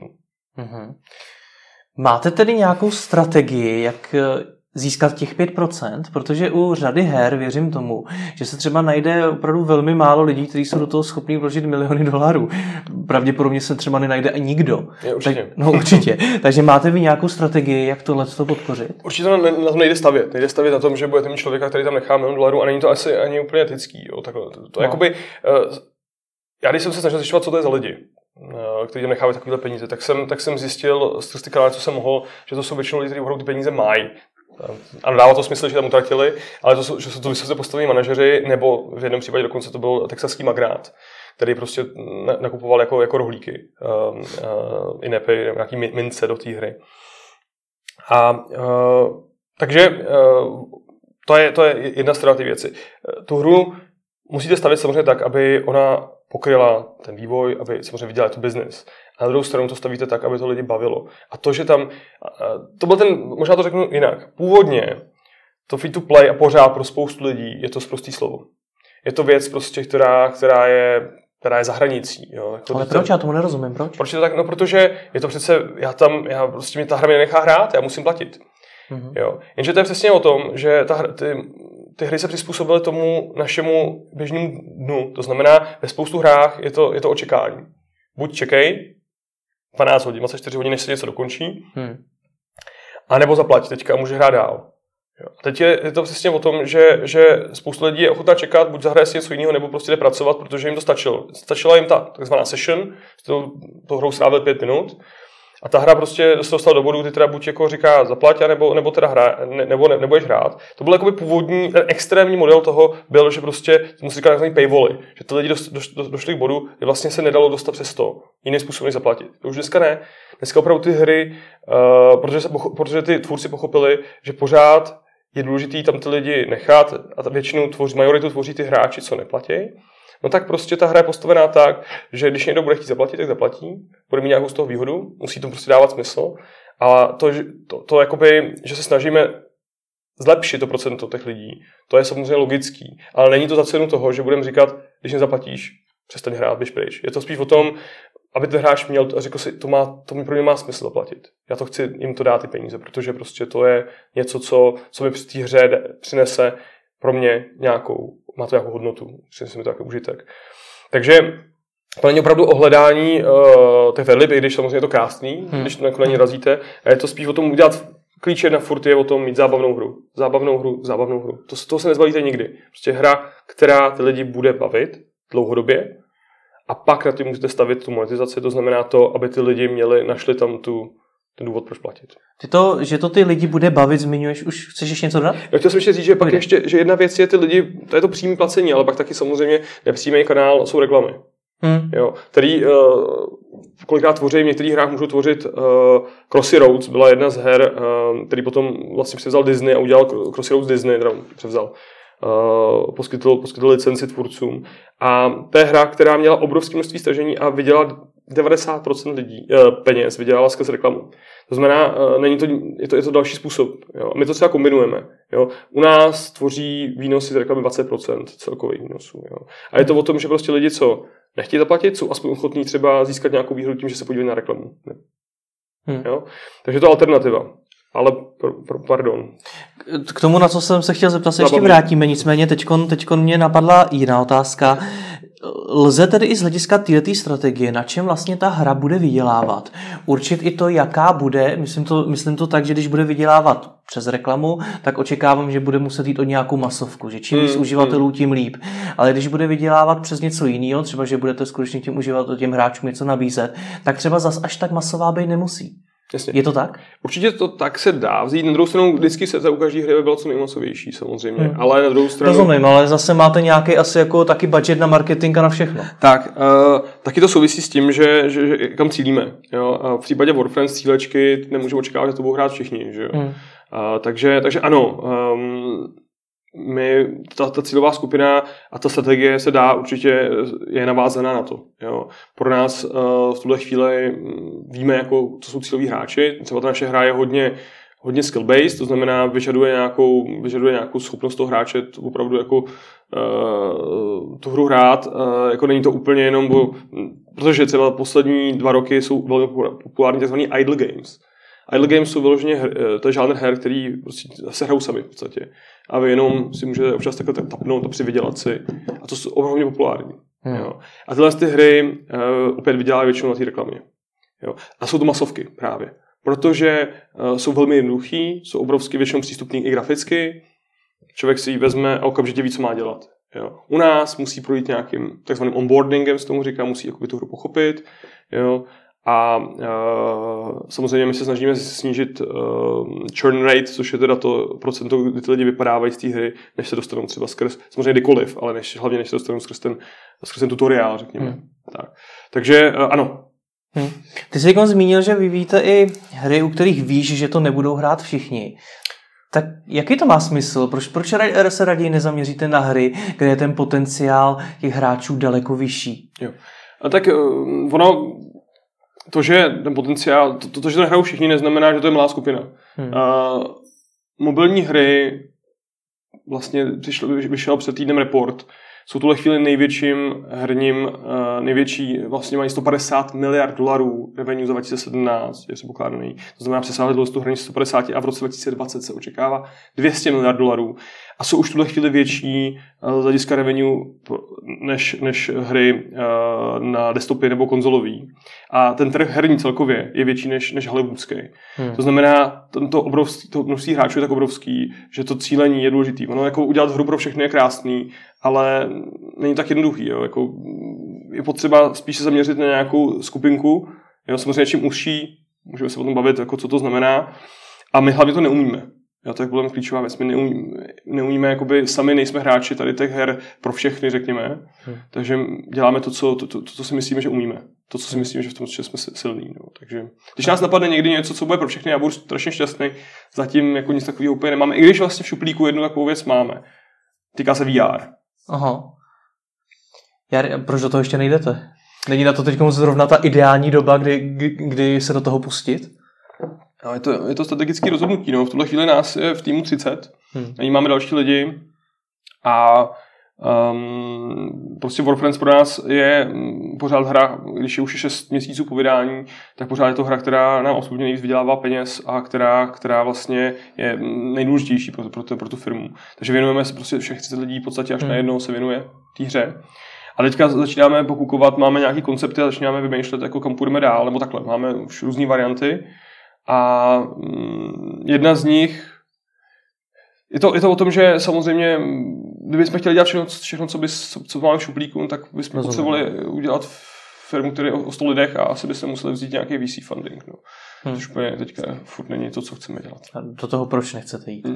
Máte tedy nějakou strategii, jak získat těch 5%, protože u řady her věřím tomu, že se třeba najde opravdu velmi málo lidí, kteří jsou do toho schopní vložit miliony dolarů. Pravděpodobně se třeba nenajde ani nikdo. Určitě. Určitě. Takže máte vy nějakou strategii, jak tohleto podpořit? Určitě to na tom nejde stavět. Nejde stavět na tom, že budete mít člověka, který tam nechá milion dolarů a není to asi ani úplně etický. Jo. To jakoby, já když jsem se snažil zjišťovat, co to je za lidi, kteří tam nechávají takovéhle peníze, tak jsem zjistil z ty kanály, co jsem mohl, že to jsou většinou lidi, kteří opravdu ty peníze mají. Ano, dává to smysl, že tam utratili, ale že jsou to vysoce postavení manažeři, nebo v jednom případě dokonce to byl texaský magnát, který prostě nakupoval jako rohlíky, inepy, nějaký mince do té hry. Takže to je jedna strana ty věci. Tu hru musíte stavět samozřejmě tak, aby ona pokryla ten vývoj, aby samozřejmě vydělala tu business. A na druhou stranu to stavíte tak, aby to lidi bavilo. A to, že tam, to byl možná to řeknu jinak, původně to free to play a pořád pro spoustu lidí je to sprostý slovo. Je to věc prostě, která je za hranicí. Jo. Ale proč? Já tomu nerozumím. Proč? Proč je to tak? No, protože je to přece, prostě mě ta hra mě nechá hrát, já musím platit. Jo. Jenže to je přesně o tom, že ty hry se přizpůsobily tomu našemu běžnému dnu. To znamená, ve spoustu hrách je to očekání. Buď čekej 12 hodin, 24 hodin, než se něco dokončí, a nebo zaplať teďka a může hrát dál. Jo. A teď je to přesně o tom, že spoustu lidí je ochotná čekat, buď zahraje si něco jiného, nebo prostě jde pracovat, protože jim to stačilo. Stačila jim ta takzvaná session, to hrou strávil 5 minut, a ta hra prostě se dostala do bodu, kdy teda buď jako říká zaplať, nebo teda hra, nebo nebudeš hrát. To byl jakoby původní, ten extrémní model toho byl, že prostě musí říkat takzvaný paywally, že ty lidi došli k bodu, kdy vlastně se nedalo dostat přes to jiný způsob než zaplatit. To už dneska ne. Dneska opravdu ty hry, protože ty tvůrci pochopili, že pořád je důležitý tam ty lidi nechat a většinu majoritu tvoří ty hráči, co neplatí. No tak prostě ta hra je postavená tak, že když někdo bude chtít zaplatit, tak zaplatí, bude mít nějakou z toho výhodu, musí to prostě dávat smysl. A to jakoby, že se snažíme zlepšit to procento těch lidí, to je samozřejmě logický, ale není to za cenu toho, že budeme říkat, když nezaplatíš, přestaň hrát, běž pryč. Je to spíš o tom, aby ten hráč měl a řekl si, to mi pro ně má smysl zaplatit. Já to chci jim to dát ty peníze, protože prostě to je něco, co mi při té hře přinese pro mě má to nějakou hodnotu, přinese mi to nějaký užitek. Takže to není opravdu o hledání těch vedlib, i když samozřejmě je to krásný, když to na ně razíte. A je to spíš o tom udělat klíč jedna furt je o tom mít zábavnou hru. To se nezbavíte nikdy. Prostě hra, která ty lidi bude bavit dlouhodobě a pak na tím můžete stavit tu monetizaci, to znamená to, aby ty lidi našli tam ten důvod, proč platit. Že to ty lidi bude bavit, zmiňuješ, už chceš ještě něco dodat? Já chtěl jsem ještě říct, že pak ještě, že jedna věc je ty lidi, to je to přímé placení, ale pak taky samozřejmě nepřímý kanál jsou reklamy. Jo, který kolikrát tvoří, v některých hrách můžou tvořit Crossy Roads, byla jedna z her, který potom vlastně převzal Disney a udělal Crossy Roads Disney, poskytl licenci tvůrcům. A to je hra, která měla obrovské množství stažení a vydělala 90% peněz vydělala skrz reklamu. To znamená, je to další způsob. Jo. A my to třeba kombinujeme. Jo. U nás tvoří výnosy z reklamy 20% celkových výnosů. Jo. A je to o tom, že prostě lidi, co nechtějí zaplatit, jsou aspoň ochotní třeba získat nějakou výhodu tím, že se podívají na reklamu. Jo. Takže to je alternativa. Ale, pardon. K tomu, na co jsem se chtěl zeptat, se ještě vrátíme. Nicméně teďkon mě napadla jiná otázka. Lze tedy i z hlediska této strategie, na čem vlastně ta hra bude vydělávat? Určit i to, jaká bude, myslím to tak, že když bude vydělávat přes reklamu, tak očekávám, že bude muset jít o nějakou masovku, že čím víc uživatelů, tím líp. Ale když bude vydělávat přes něco jiného, třeba že budete skutečně těm hráčům něco nabízet, tak třeba zas až tak masová být nemusí. Jasně. Je to tak? Určitě to tak se dá vzít. Na druhou stranu vždycky se u každé hry by bylo co nejmasovější samozřejmě. Ale na druhou stranu... Rozumím, ale zase máte nějaký asi jako taky budget na marketing a na všechno. Tak, taky to souvisí s tím, že kam cílíme. Jo? A v případě Warframe cílečky nemůžeme očekávat, že to budou hrát všichni. Že jo? Takže ano, ta cílová skupina a ta strategie se dá určitě, je navázaná na to. Jo. Pro nás v tuhle chvíli víme, jako, co jsou cíloví hráči. Třeba ta naše hra je hodně skill-based, to znamená, vyžaduje nějakou schopnost toho hráče opravdu jako tu hru hrát. Jako není to úplně jenom, protože třeba poslední 2 roky jsou velmi populární tzv. Idle games. Idle games jsou vyloženě to je žánr her, který prostě se hrajou sami v podstatě. A vy jenom si můžete občas takhle tapnout a přivydělat si. A to jsou opravdu populární. Jo. A tyhle ty hry opět vydělávají většinou na té reklamě. Jo. A jsou to masovky právě. Protože jsou velmi jednoduchý, jsou obrovsky většinou přístupný i graficky. Člověk si ji vezme a okamžitě ví, co má dělat. Jo. U nás musí projít nějakým takzvaným onboardingem, se tomu říká, musí jakoby tu hru pochopit. Jo. A samozřejmě my se snažíme snížit churn rate, což je teda to procento, kdy ty lidi vypadávají z té hry, než se dostanou třeba skrz, samozřejmě kdykoliv, ale hlavně než se dostanou skrz ten tutoriál, řekněme. Tak. Takže ano. Ty jsi zmínil, že vyvíjíte i hry, u kterých víš, že to nebudou hrát všichni. Tak jaký to má smysl? Proč se raději nezaměříte na hry, kde je ten potenciál těch hráčů daleko vyšší? Jo. A tak ono... To, že ten potenciál, to, že to nehrajou všichni, neznamená, že to je malá skupina. Mobilní hry, vlastně vyšel před týdnem report, jsou tuhle chvíli největší, vlastně mají $150 miliard revenue za 2017, je předpokládaný. To znamená, přesáhli tu hranici 150 a v roce 2020 se očekává $200 miliard. A jsou už tuhle chvíli větší z hlediska revenue než hry na desktopy nebo konzolový. A ten trh herní celkově je větší než hollywoodský. To znamená, to množství hráčů je tak obrovský, že to cílení je důležitý. Ono jako udělat hru pro všechny je krásný, ale není tak jednoduchý. Jo. Jako je potřeba spíš se zaměřit na nějakou skupinku. Jo. Samozřejmě čím užší, můžeme se o tom bavit, jako co to znamená. A my hlavně to neumíme. Jo, to je podle mě klíčová věc. My neumíme, jakoby sami nejsme hráči tady těch her pro všechny, řekněme. Takže děláme to, co si myslíme, že umíme. To, co si myslíme, že v tom jsme silní. No. Takže když nás napadne někdy něco, co bude pro všechny, já budu strašně šťastný. Zatím jako nic takového úplně nemáme. I když vlastně v šuplíku jednu takovou věc máme. Týká se VR. Aha. Proč do toho ještě nejdete? Není na to teď zrovna ta ideální doba, kdy se do toho pustit? No, je to strategické rozhodnutí. No. V tuhle chvíli nás je v týmu 30. Ani máme další lidi. A prostě Warframe pro nás je pořád hra, když je už 6 měsíců po vydání, tak pořád je to hra, která nám absolutně nejvíc vydělává peněz a která vlastně je nejdůležitější pro tu firmu. Takže věnujeme se prostě všech 30 lidí v podstatě až najednou se věnuje té hře. A teďka začínáme pokukovat, máme nějaký koncepty a začínáme vymýšlet, jako kam půjdeme dál, nebo takhle. Máme už různé varianty. A jedna z nich je to o tom, že samozřejmě kdybychom chtěli dělat všechno co máme v šuplíku, tak bychom potřebovali udělat firmu, která je o 100 lidech a asi bychom museli vzít nějaký VC funding. No. Což úplně teďka furt není to, co chceme dělat. A do toho proč nechcete jít?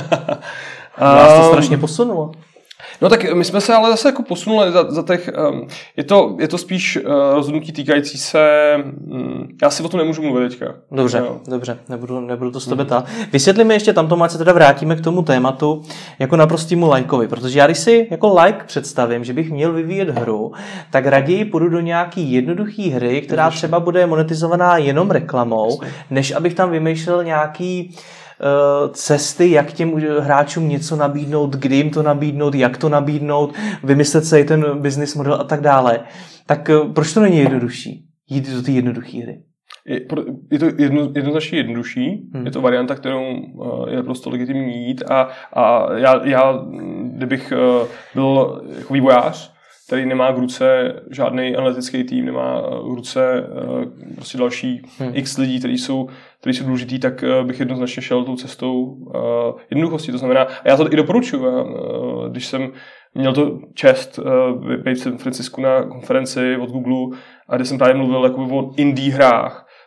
Vás to strašně posunulo. No tak my jsme se ale zase jako posunuli za těch, je to spíš rozhodnutí týkající se, já si o tom nemůžu mluvit teďka. Dobře, nebudu to s tebe tát. Vysvětlíme ještě tamto, ať se teda vrátíme k tomu tématu jako naprostýmu lajkovi, protože já když si jako like představím, že bych měl vyvíjet hru, tak raději půjdu do nějaký jednoduchý hry, která třeba bude monetizovaná jenom reklamou, než abych tam vymýšlel nějaký cesty, jak těm hráčům něco nabídnout, kdy jim to nabídnout, jak to nabídnout, vymyslet si ten business model a tak dále. Tak proč to není jednodušší? Jít do té jednoduché hry. Je to jednoznačně jednodušší. Je to varianta, kterou je prostě legitimní jít a já kdybych byl jako vývojář, který nemá v ruce žádný analytický tým, nemá v ruce prostě další x lidí, kteří jsou důležitý, tak bych jednoznačně šel tou cestou jednoduchosti. To znamená, a já to i doporučuji, když jsem měl to čest být v San Francisku na konferenci od Google, a kde jsem právě mluvil jako o indie hrách,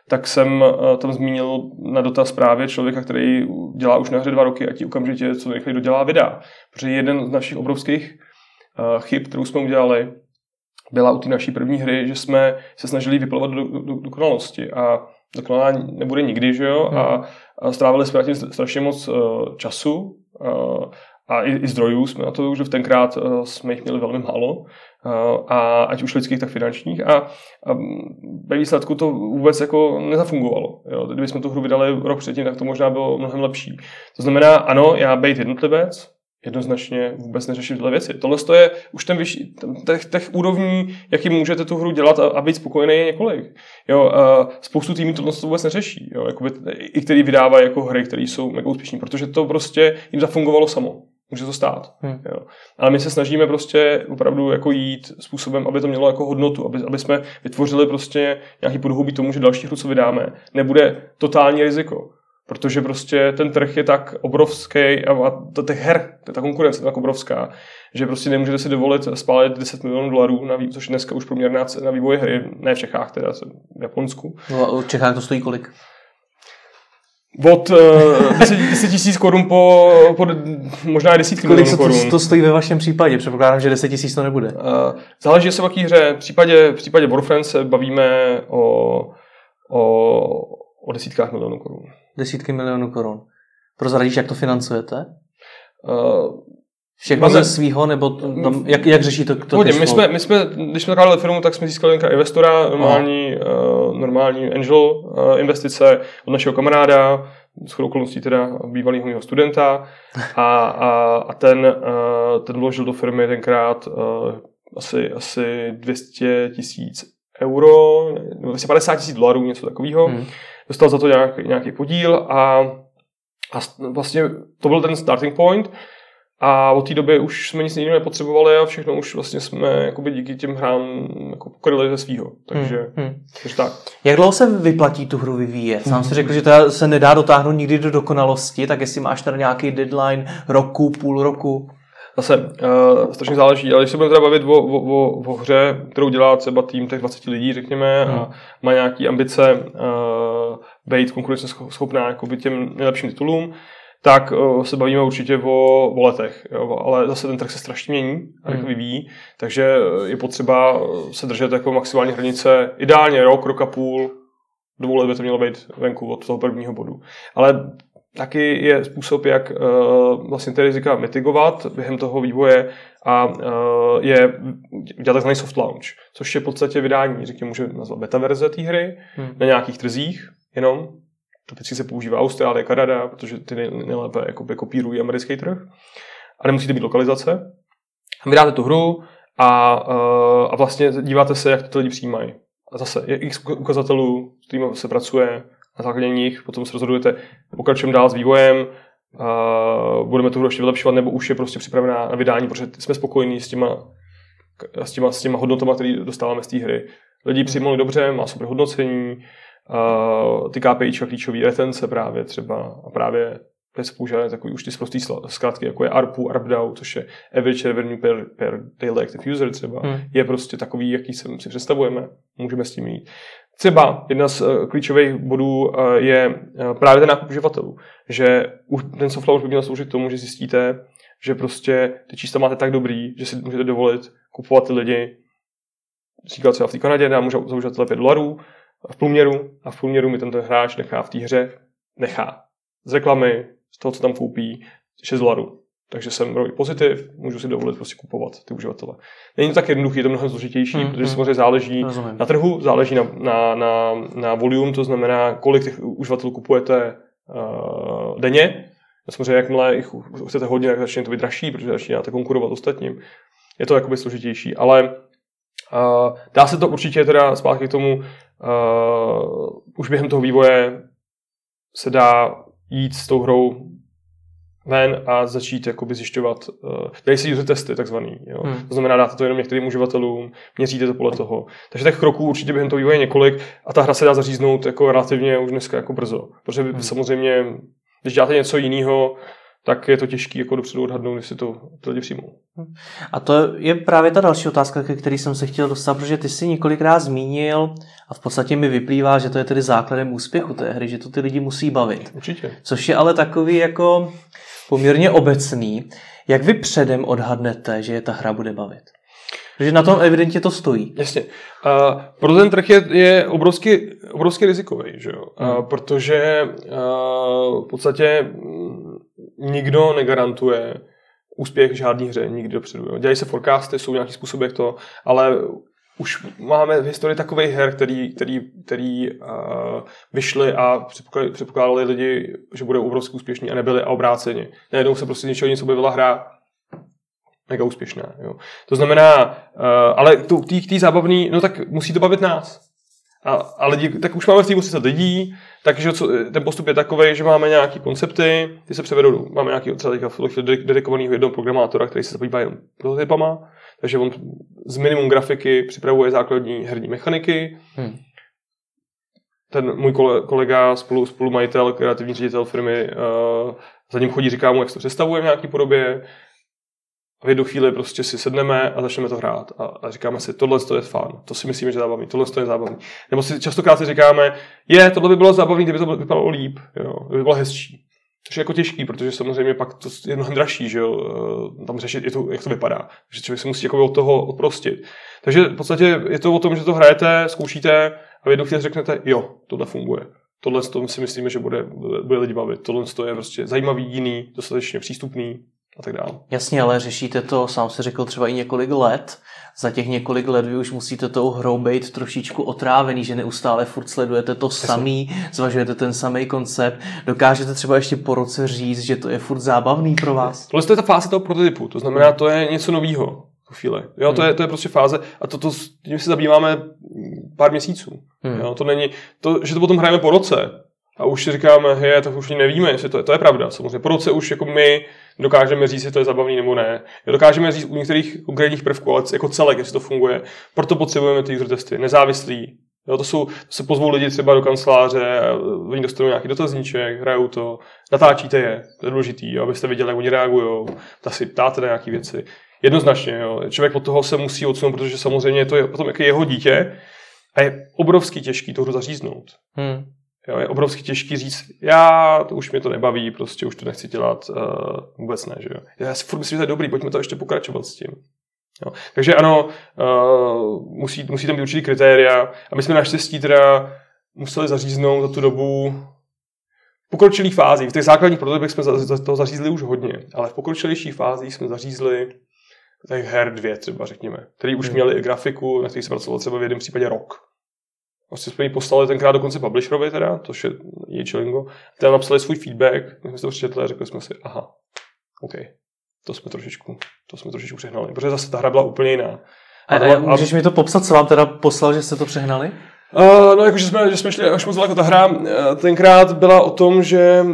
tak jsem tam zmínil na dotaz právě člověka, který dělá už na hře 2 roky a ti okamžitě co nejrychleji dodělá videa. Protože jeden z našich obrovských chyb, kterou jsme udělali, byla u té naší první hry, že jsme se snažili vyplovat do dokonalosti a dokonalá nebude nikdy, že jo? A strávili jsme na tím strašně moc času a i zdrojů jsme na to, že v tenkrát jsme jich měli velmi málo, a ať už lidských, tak finančních a ve výsledku to vůbec jako nezafungovalo. Jo? Kdybychom tu hru vydali rok předtím, tak to možná bylo mnohem lepší. To znamená, ano, já bejt jednotlivec, jednoznačně vůbec neřeším tyhle věci. Tohle je už ten vyšší, těch úrovní, jaký můžete tu hru dělat a být spokojený je několik. Jo, spoustu týmů tohle vůbec neřeší. Jo, jakoby, i který vydávají jako hry, které jsou mega úspěšní, protože to prostě jim zafungovalo samo. Může to stát. Jo. Ale my se snažíme prostě opravdu jako jít způsobem, aby to mělo jako hodnotu, aby jsme vytvořili prostě nějaký podhoubí tomu, že další hru, co vydáme, nebude totální riziko. Protože prostě ten trh je tak obrovský a těch her, ta konkurence je tak obrovská, že prostě nemůžete si dovolit spálit $10 milionů, což je dneska už průměrná cena vývoje hry, ne v Čechách, teda v Japonsku. No a v Čechách to stojí kolik? Od 10 000 korun po možná desítky milionů korun. Kolik to stojí ve vašem případě? Předpokládám, že 10 000 to nebude. Záleží se o jaký hře. V případě Warframe se bavíme o desítkách milionů korun. Desítky milionů korun. Prozradíš, jak to financujete? Všechno ze svýho, nebo jak řeší to my jsme, když jsme zakládali firmu, tak jsme získali investora, normální angel investice od našeho kamaráda, shodou okolností teda bývalého mého studenta a ten vložil do firmy tenkrát asi 200 000 euro, asi $50,000, něco takového. Dostal za to nějaký podíl a vlastně to byl ten starting point a od té doby už jsme nic jiného nepotřebovali a všechno už vlastně jsme jakoby díky těm hrám jako pokryli ze svýho. Takže tak. Jak dlouho se vyplatí tu hru vyvíjet? Sám si řekl, že to se nedá dotáhnout nikdy do dokonalosti, tak jestli máš tady nějaký deadline roku, půl roku? Zase, strašně záleží, ale když se budeme teda bavit o hře, kterou dělá třeba tým těch 20 lidí, řekněme, a má nějaký ambice být konkurenceschopná jakoby těm nejlepším titulům, tak se bavíme určitě o letech. Jo? Ale zase ten trh se strašně mění a rychle vyvíjí, takže je potřeba se držet jako maximální hranice, ideálně rok a půl, do 2 let by to mělo být venku od toho prvního bodu. Ale taky je způsob, jak vlastně ty rizika mitigovat během toho vývoje a je dělat takzvaný soft launch, což je v podstatě vydání, řekněme, můžeme nazvat beta verze té hry na nějakých trzích jenom. Typicky se používá Austrálie, Kanada, protože ty nejlépe kopírují americký trh. A nemusíte mít lokalizace. Vydáte tu hru a vlastně díváte se, jak to lidi přijímají. A zase je x ukazatelů, s kterými se pracuje, na základě nich potom se rozhodujete, pokračujeme dál s vývojem, budeme tu hru ještě vylepšovat, nebo už je prostě připravená na vydání, protože jsme spokojení s těma hodnotama, které dostáváme z té hry. Lidi přijmuli dobře, má super hodnocení, ty KPIčka klíčové retence právě třeba a právě se používají takový už ty prostý zkrátky, jako je ARPU, ARPDAU, což je Average Revenue per Daily Active User třeba, je prostě takový, jaký si představujeme, můžeme s tím jít. Třeba jedna z klíčových bodů je právě ten nákup uživatelů, že ten soft launch by měl sloužit k tomu, že zjistíte, že prostě ty čísla máte tak dobrý, že si můžete dovolit kupovat ty lidi, říkal třeba v té Kanadě, dám za uživatele $5 v průměru mi ten hráč nechá v té hře, z reklamy, z toho, co tam koupí, $6. Takže jsem ROI pozitiv, můžu si dovolit prostě kupovat ty uživatele. Není to tak jednoduchý, je to mnohem složitější, protože samozřejmě záleží na trhu, záleží na volume, to znamená, kolik těch uživatelů kupujete denně. Samozřejmě, jakmile jich chcete hodně, tak začne to být dražší, protože začínáte konkurovat ostatním. Je to jakoby složitější, ale dá se to určitě teda zpátky k tomu, už během toho vývoje se dá jít s tou hrou ven a začít jakoby zjišťovat, dají se user testy takzvaný. Jo? To znamená, dáte to jenom některým uživatelům, měříte to podle toho. Takže těch kroků určitě během toho vývoje několik a ta hra se dá zaříznout jako relativně už dneska jako brzo. Protože samozřejmě, když děláte něco jiného, tak je to těžké jako dopředu odhadnout, jestli to ty lidi přijmou. A to je právě ta další otázka, ke který jsem se chtěl dostat, protože ty jsi několikrát zmínil a v podstatě mi vyplývá, že to je tedy základem úspěchu té hry, že to ty lidi musí bavit. Určitě. Což je ale takový jako poměrně obecný. Jak vy předem odhadnete, že je ta hra bude bavit? Protože na tom evidentně to stojí. Jasně. Proto ten trh je obrovsky rizikový, že jo? Protože v podstatě nikdo negarantuje úspěch žádný hře nikdy dopředu. Jo? Dělají se forecasty, jsou nějaký způsoby jak to, ale už máme v historii takových her, který vyšly a předpokládali lidi, že budou obrovsky úspěšní a nebyli a obráceně. Najednou se prostě něčeho nic objevila hra mega úspěšná. Jo. To znamená, ale tý zábavný, no tak musí to bavit nás. A lidi, tak už máme v týmu 30 lidí, takže ten postup je takový, že máme nějaký koncepty, ty se převedou, máme nějaký třeba dedikovaného jednoho programátora, který se zabývá jenom prototypama, takže on z minimum grafiky připravuje základní herní mechaniky. Ten můj kolega, spolumajitel, kreativní ředitel firmy, za ním chodí, říká mu, jak se to představuje v nějaké podobě. A v jednu chvíli prostě si sedneme a začneme to hrát. A říkáme si, tohle je fun, to si myslíme, že je zábavný, tohle je zábavný. Nebo si častokrát si říkáme, tohle by bylo zábavný, kdyby to vypadalo líp, jo, kdyby bylo hezčí. Což je jako těžký, protože samozřejmě pak to je mnohem dražší, že jo, tam řešit, jak to vypadá. Takže člověk se musí jako od toho odprostit. Takže v podstatě je to o tom, že to hrajete, zkoušíte a v jednu chvíli řeknete, jo, tohle funguje. Tohle si myslíme, že bude lidi bavit. Tohle je prostě zajímavý, jiný, dostatečně přístupný a tak dále. Jasně, ale řešíte to, sám si řekl, třeba i několik let. Za těch několik let vy už musíte tou hrou být trošičku otrávený, že neustále furt sledujete to samý, zvažujete ten samý koncept. Dokážete třeba ještě po roce říct, že to je furt zábavný pro vás? Tohle je ta fáze toho prototypu, to znamená, to je něco novýho v chvíli. Jo, to je prostě fáze a tím se zabýváme pár měsíců. Jo, to není, že to potom hrajeme po roce a už si říkáme, tak už nevíme, jestli to je pravda. Samozřejmě po roce už jako my dokážeme říct, jestli to je zabavný nebo ne. Dokážeme říct u některých konkrétních prvků, ale jako celek, jestli to funguje. Proto potřebujeme ty user testy, nezávislí. Jo, to se pozvou lidi třeba do kanceláře, oni dostanou nějaký dotazníček, hrajou to, natáčíte je, to je důležitý, jo, abyste viděli, jak oni reagují, tak si ptáte na nějaké věci. Jednoznačně, jo. Člověk od toho se musí odsunout, protože samozřejmě to je potom jak je jeho dítě a je obrovský těžký to hru zaříznout. Jo, je obrovsky těžký říct, už mě to nebaví, prostě už to nechci dělat, vůbec ne, že jo. Já si furt myslím, že to je dobrý, pojďme to ještě pokračovat s tím. Jo. Takže ano, musí tam být určitý kritéria a my jsme naštěstí teda museli zaříznout za tu dobu pokročilých fází. V těch základních prototypech jsme toho zařízli už hodně, ale v pokročilejších fázích jsme zařízli těch her 2 třeba, řekněme, který už měli i grafiku, na který se pracovalo třeba v jednom případě rok. Vlastně jsme ji poslali tenkrát dokonce publisherovi teda, to je Jičelingo. Tam napsali svůj feedback, my jsme to přečetli a řekli jsme si, OK, to jsme trošičku přehnali, protože zase ta hra byla úplně jiná. A můžeš mi to popsat, co vám teda poslal, že jste to přehnali? No jakože jsme šli až moc daleko. Ta hra tenkrát byla o tom, že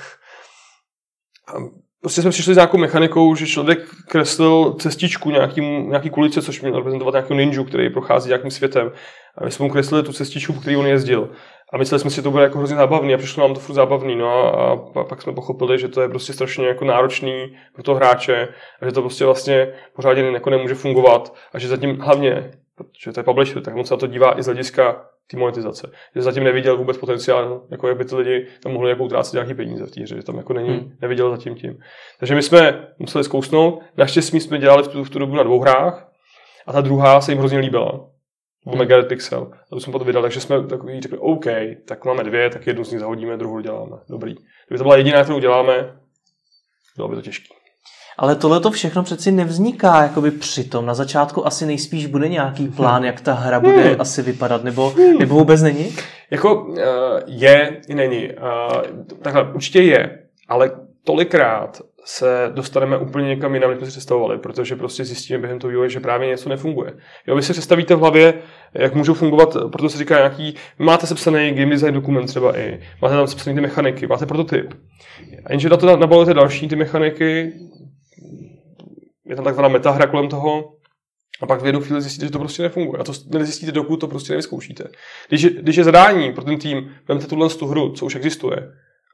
prostě jsme přišli s nějakou mechanikou, že člověk kreslil cestičku nějaký kulice, což měl reprezentovat nějakého ninju, který prochází nějakým světem. A my jsme mu kreslili tu cestičku, po který on jezdil. A mysleli jsme si, že to bude jako hrozně zábavný a přišlo nám to furt zábavný. No a pak jsme pochopili, že to je prostě strašně jako náročný pro toho hráče a že to prostě vlastně pořádně jako nemůže fungovat a že zatím hlavně, protože to je publisher, tak on se na to dívá i z hlediska té monetizace. Že zatím neviděl vůbec potenciál, jako jak by ty lidi tam mohli jako utrácet nějaký peníze v té hře, že tam jako neviděl zatím tím. Takže my jsme museli zkousnout. Naštěstí jsme dělali v tu dobu na 2 hrách a ta druhá se jim hrozně líbila. Megaret Pixel. A to jsme potom vydali, takže jsme takový řekli, OK, tak máme 2, tak jednu z nich zahodíme, druhou děláme. Dobrý. Kdyby to byla jediná, kterou děláme, bylo by to těžké. Ale tohle to všechno přeci nevzniká jakoby přitom. Na začátku asi nejspíš bude nějaký plán, jak ta hra bude asi vypadat, nebo vůbec není? Jako je i není. Takhle, určitě je, ale tolikrát se dostaneme úplně někam jinam, než jsme si představovali, protože prostě zjistíme během toho vývoje, že právě něco nefunguje. Jo, vy si představíte v hlavě, jak můžou fungovat, proto se říká nějaký, máte sepsaný game design dokument třeba i, máte tam sepsaný ty mechaniky, máte prototyp. A jenže na to nabalujete další ty mechaniky, je tam takzvaná metahra kolem toho, a pak v jednu chvíli zjistíte, že to prostě nefunguje. A to nezjistíte, dokud to prostě nevyzkoušíte. Když je zadání pro ten tým, vezmete tu hru, co už existuje,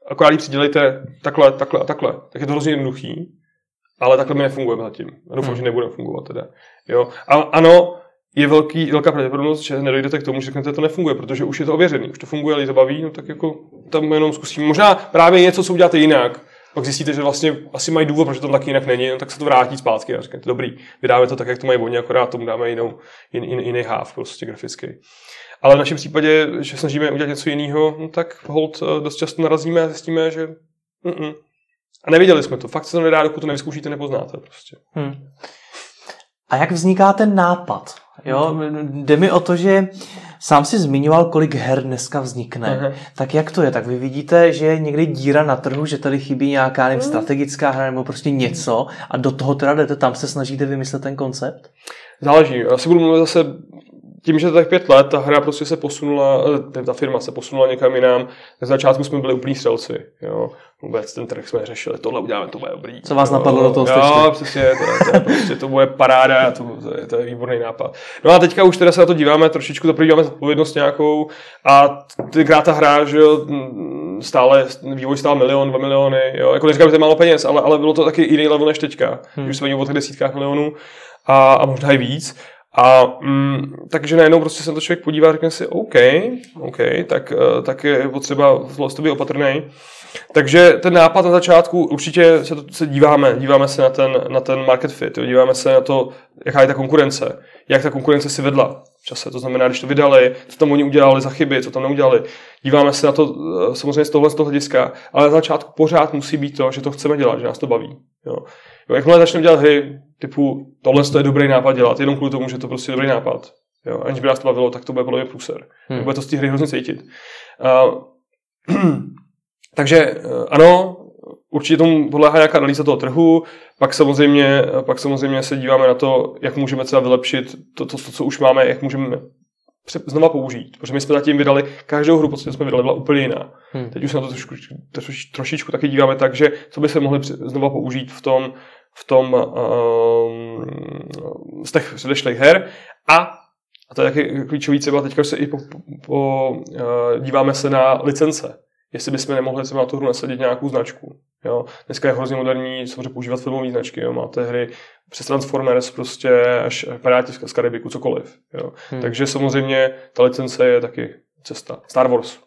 akorát jí přidělejte takhle, takhle a takhle. Tak je to hrozně jednoduchý, ale takhle my nefungujeme zatím. Já doufám, že nebudeme fungovat teda. Jo? A ano, je velká pravděpodobnost, že nedojdete k tomu, že řeknete, to nefunguje, protože už je to ověřený, už to funguje, ale to baví, no tak jako tam jenom zkusíme. Možná právě něco, co uděláte jinak, pak zjistíte, že vlastně asi mají důvod, protože to taky jinak není, no tak se to vrátí zpátky a řeknete, dobrý, vydáme to tak, jak to mají oni, akorát tomu dáme jiný háv, prostě grafický. Ale v našem případě, že snažíme udělat něco jiného, no tak hold dost často narazíme a zjistíme, že A neviděli jsme to. Fakt se to nedá, dokud to nevyzkoušíte, nepoznáte prostě. A jak vzniká ten nápad? Jo, jde mi o to, že sám si zmiňoval, kolik her dneska vznikne. Aha. Tak jak to je? Tak vy vidíte, že je někdy díra na trhu, že tady chybí nějaká strategická hra nebo prostě něco a do toho teda jdete, tam se snažíte vymyslet ten koncept? Záleží. Já si budu mluvit zase tím, že to tak 5 let, ta hra prostě se posunula, ta firma se posunula někam jinam. Na začátku jsme byli úplní střelci. Jo. Vůbec ten trh jsme řešili, tohle uděláme, to bude dobrý. Co vás napadlo do toho stečky? Jo, přesně, to bude paráda, to je výborný nápad. No a teďka už teda se na to díváme, trošičku to díváme zodpovědnost nějakou a tenkrát ta hra, že jo, vývoj stál 1 milion, 2 miliony, jo, jako neříkám, že to je málo peněz, ale bylo to taky jiný level než teďka. Už se bavíme o tak desítkách milionů a možná i víc. Takže najednou prostě se to člověk podívá a řekne si OK, tak je potřeba to být opatrnej. Takže ten nápad na začátku určitě se díváme se na ten market fit, jo, díváme se na to, jaká je ta konkurence, jak ta konkurence si vedla v čase, to znamená, když to vydali, co tam oni udělali za chyby, co tam neudělali. Díváme se na to samozřejmě z toho hlediska, ale na začátku pořád musí být to, že to chceme dělat, že nás to baví. Jo. Jakmile začneme dělat hry typu tohle je dobrý nápad dělat, jenom kvůli tomu, že to prostě je dobrý nápad. Jo. Aniž by nás to bavilo, tak to bude podle mě průser. Bude to z té hry hrozně cítit. Takže ano, určitě tomu podléhá nějaká analýza toho trhu, pak samozřejmě se díváme na to, jak můžeme třeba vylepšit to, co už máme, jak můžeme znova použít. Protože my jsme zatím vydali, každou hru, jsme vydali, byla úplně jiná. Teď už se na to trošičku taky díváme tak, že co by se mohli znova použít z těch předešlých her a to je taky klíčový třeba, teďka se i díváme se na licence. Jestli bychom nemohli třeba na tu hru nasadit nějakou značku. Jo. Dneska je hrozně moderní samozřejmě používat filmové značky. Jo. Máte hry přes Transformers prostě až Piráti z Karibiku, cokoliv. Jo. Takže samozřejmě ta licence je taky cesta. Star Wars.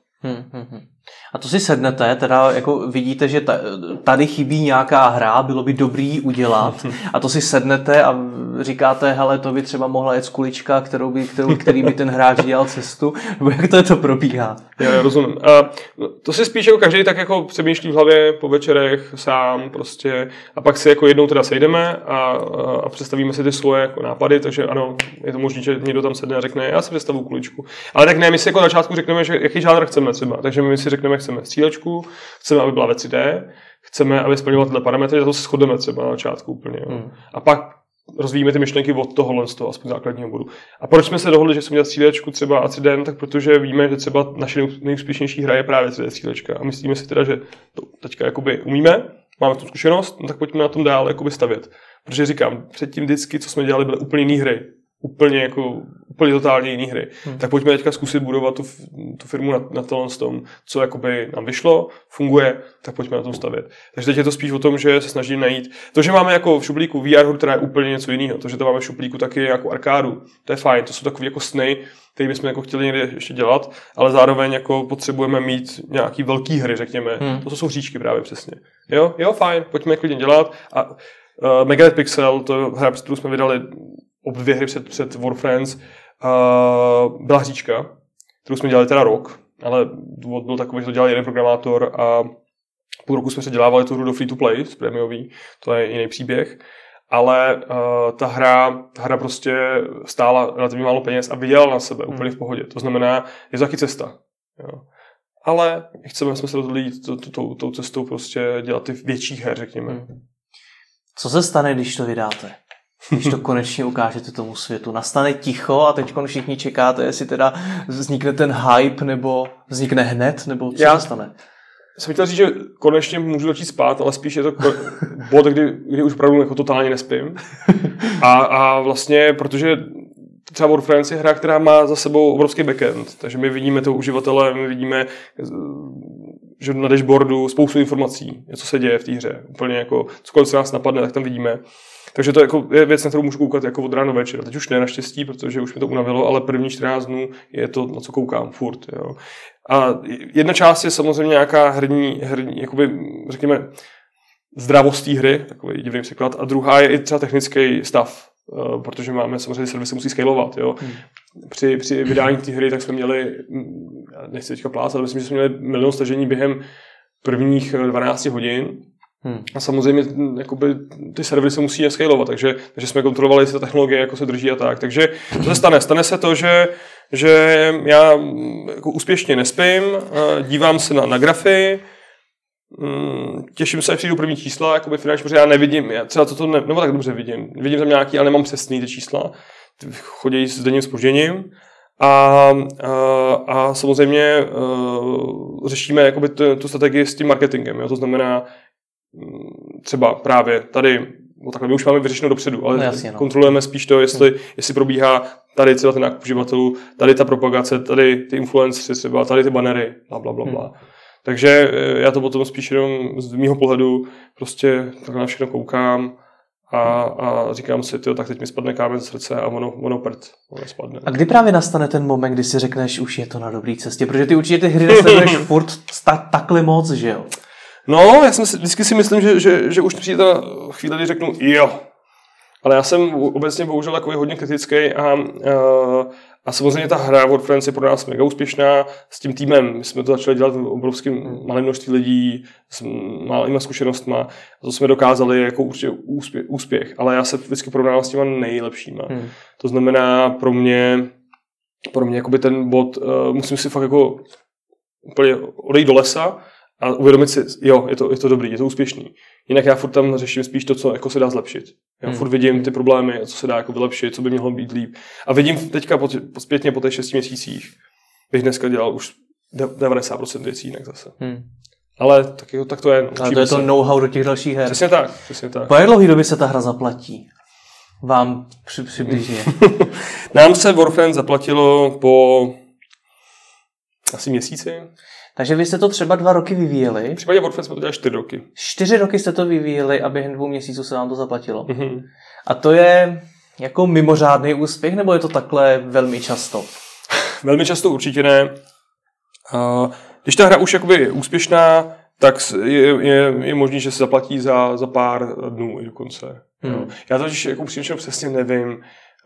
A to si sednete, teda jako vidíte, že tady chybí nějaká hra, bylo by dobrý udělat a to si sednete a říkáte, hele, to by třeba mohla jet kulička, který by ten hráč dělal cestu, nebo jak to probíhá? Já rozumím. To si spíš jako každý tak jako přemýšlí v hlavě po večerech sám prostě a pak si jako jednou teda sejdeme a představíme si ty svoje jako nápady, takže ano, je to možné, že někdo tam sedne a řekne, já si představuji kuličku. Ale tak ne, my si jako na začátku řekneme, že jaký žánr chceme třeba, takže my si řekneme, chceme střílečku, chceme, aby byla ve 3D, chceme, aby splňovala tyhle parametry, a to se shodneme třeba na začátku úplně. Jo. A pak rozvíjíme ty myšlenky od tohohle z toho aspoň základního bodu. A proč jsme se dohodli, že chceme dělat střílečku třeba a 3D, no tak protože víme, že třeba naše nejúspěšnější hra je právě 3D střílečka a myslíme si teda, že to teďka jakoby umíme, máme tu zkušenost, no tak pojďme na tom dál jakoby stavět. Protože říkám, předtím vždycky, co jsme dělali, byly úplně jiné hry. Úplně totálně jiné hry. Tak pojďme teďka zkusit budovat tu firmu na tom, co jakoby nám vyšlo, funguje, tak pojďme na tom stavět. Takže teď je to spíš o tom, že se snažím najít. To, že máme jako v šuplíku VR hru, která je úplně něco jiného, to, že to máme v šuplíku taky jako arkádu, to je fajn, to jsou takové jako sny, které bychom jako chtěli někde ještě dělat, ale zároveň jako potřebujeme mít nějaký velký hry, řekněme. To jsou hříčky právě přesně. Jo, fajn, pojďme klidně dělat. A Meganet Pixel, to je hra, kterou jsme vydali 2 hry před Warfriends, byla hříčka, kterou jsme dělali teda rok, ale důvod byl takový, že to dělal jeden programátor a půl roku jsme předělávali tu hru do free-to-play, z prémiový, to je jiný příběh, ale ta hra prostě stála relativně málo peněz a vydělala na sebe úplně v pohodě, to znamená, je to taky cesta. Jo. Ale jsme se rozhodli jít tou cestou prostě dělat ty větší her, řekněme. Co se stane, když to vydáte? Když to konečně ukážete tomu světu. Nastane ticho a teď všichni čekáte, jestli teda vznikne ten hype, nebo vznikne hned, nebo co se stane? Jsem chtěl říct, že konečně můžu začít spát, ale spíš je to bod, kdy už opravdu jako totálně nespím. A vlastně, protože třeba Warfriends je hra, která má za sebou obrovský backend, takže my vidíme toho uživatele, my vidíme že na dashboardu spoustu informací, co se děje v té hře. Úplně jako cokoliv se nás napadne, tak tam vidíme. Takže to jako je věc, na kterou můžu koukat jako od rána večera. Teď už ne naštěstí, protože už mi to unavilo, ale první 14 dnů je to, na co koukám furt. Jo. A jedna část je samozřejmě nějaká herní jakoby, řekněme, zdravost té hry, takový divný překlad, a druhá je i třeba technický stav, protože máme samozřejmě servisy musí scalovat. Jo. Při vydání té hry tak jsme měli, nechci teďka plácat, ale myslím, že jsme měli 1 milion stažení během prvních 12 hodin. A samozřejmě jakoby, ty servery se musí scalovat, takže jsme kontrolovali, jestli ta technologie jako se drží a tak. Takže to se stane. Stane se to, že já jako úspěšně nespím, dívám se na grafy, těším se, až přijdu první čísla, jakoby finanční, protože já nevidím, já třeba toto nebo tak dobře vidím. Vidím tam nějaký, ale nemám přesný ty čísla. Chodí s denním zpožděním. A samozřejmě řešíme jakoby tu strategii s tím marketingem. Jo? To znamená, třeba právě tady, takhle my už máme vyřešeno dopředu, ale jasně, kontrolujeme spíš to, jestli probíhá tady třeba ten nákup uživatelů, tady ta propagace, tady ty influenceři třeba, tady ty bannery, blablabla. Takže já to potom spíš jenom z mýho pohledu prostě takhle na všechno koukám a říkám si, tak teď mi spadne kámen z srdce a ono spadne. A kdy právě nastane ten moment, kdy si řekneš, už je to na dobré cestě, protože ty určitě ty hry nesleduješ furt takhle moc, že jo? No, já vždycky si myslím, že už přijde ta chvíle, kdy řeknu jo. Ale já jsem obecně bohužel takový hodně kritický a samozřejmě ta hra Warframe je pro nás mega úspěšná s tím týmem. My jsme to začali dělat v obrovském malém množství lidí s malýma zkušenostma a to jsme dokázali jako určitě úspěch. Ale já se vždycky porovnávám s těma nejlepšíma. To znamená pro mě jakoby ten bod, musím si fakt jako úplně odejít do lesa a uvědomit si, jo, je to dobrý, je to úspěšný. Jinak já furt tam řeším spíš to, co jako se dá zlepšit. Já furt vidím ty problémy, co se dá jako vylepšit, co by mělo být líp. A vidím teďka zpětně po těch 6 měsících, bych dneska dělal už 90% věcí jinak zase. Ale tak to je. Ale to je to know-how do těch dalších her. Přesně tak. Po jak dlouhé době se ta hra zaplatí? Vám přibližně. Nám se Warframe zaplatilo po asi měsíci. Takže vy jste to třeba 2 roky vyvíjeli? V případě Warframe jsme to dělali 4 roky. 4 roky jste to vyvíjeli a během 2 měsíců se vám to zaplatilo. A to je jako mimořádný úspěch, nebo je to takhle velmi často? Velmi často určitě ne. Když ta hra už jakoby je úspěšná, tak je možný, že se zaplatí za pár dnů i dokonce. Já to jako upřímně přesně nevím.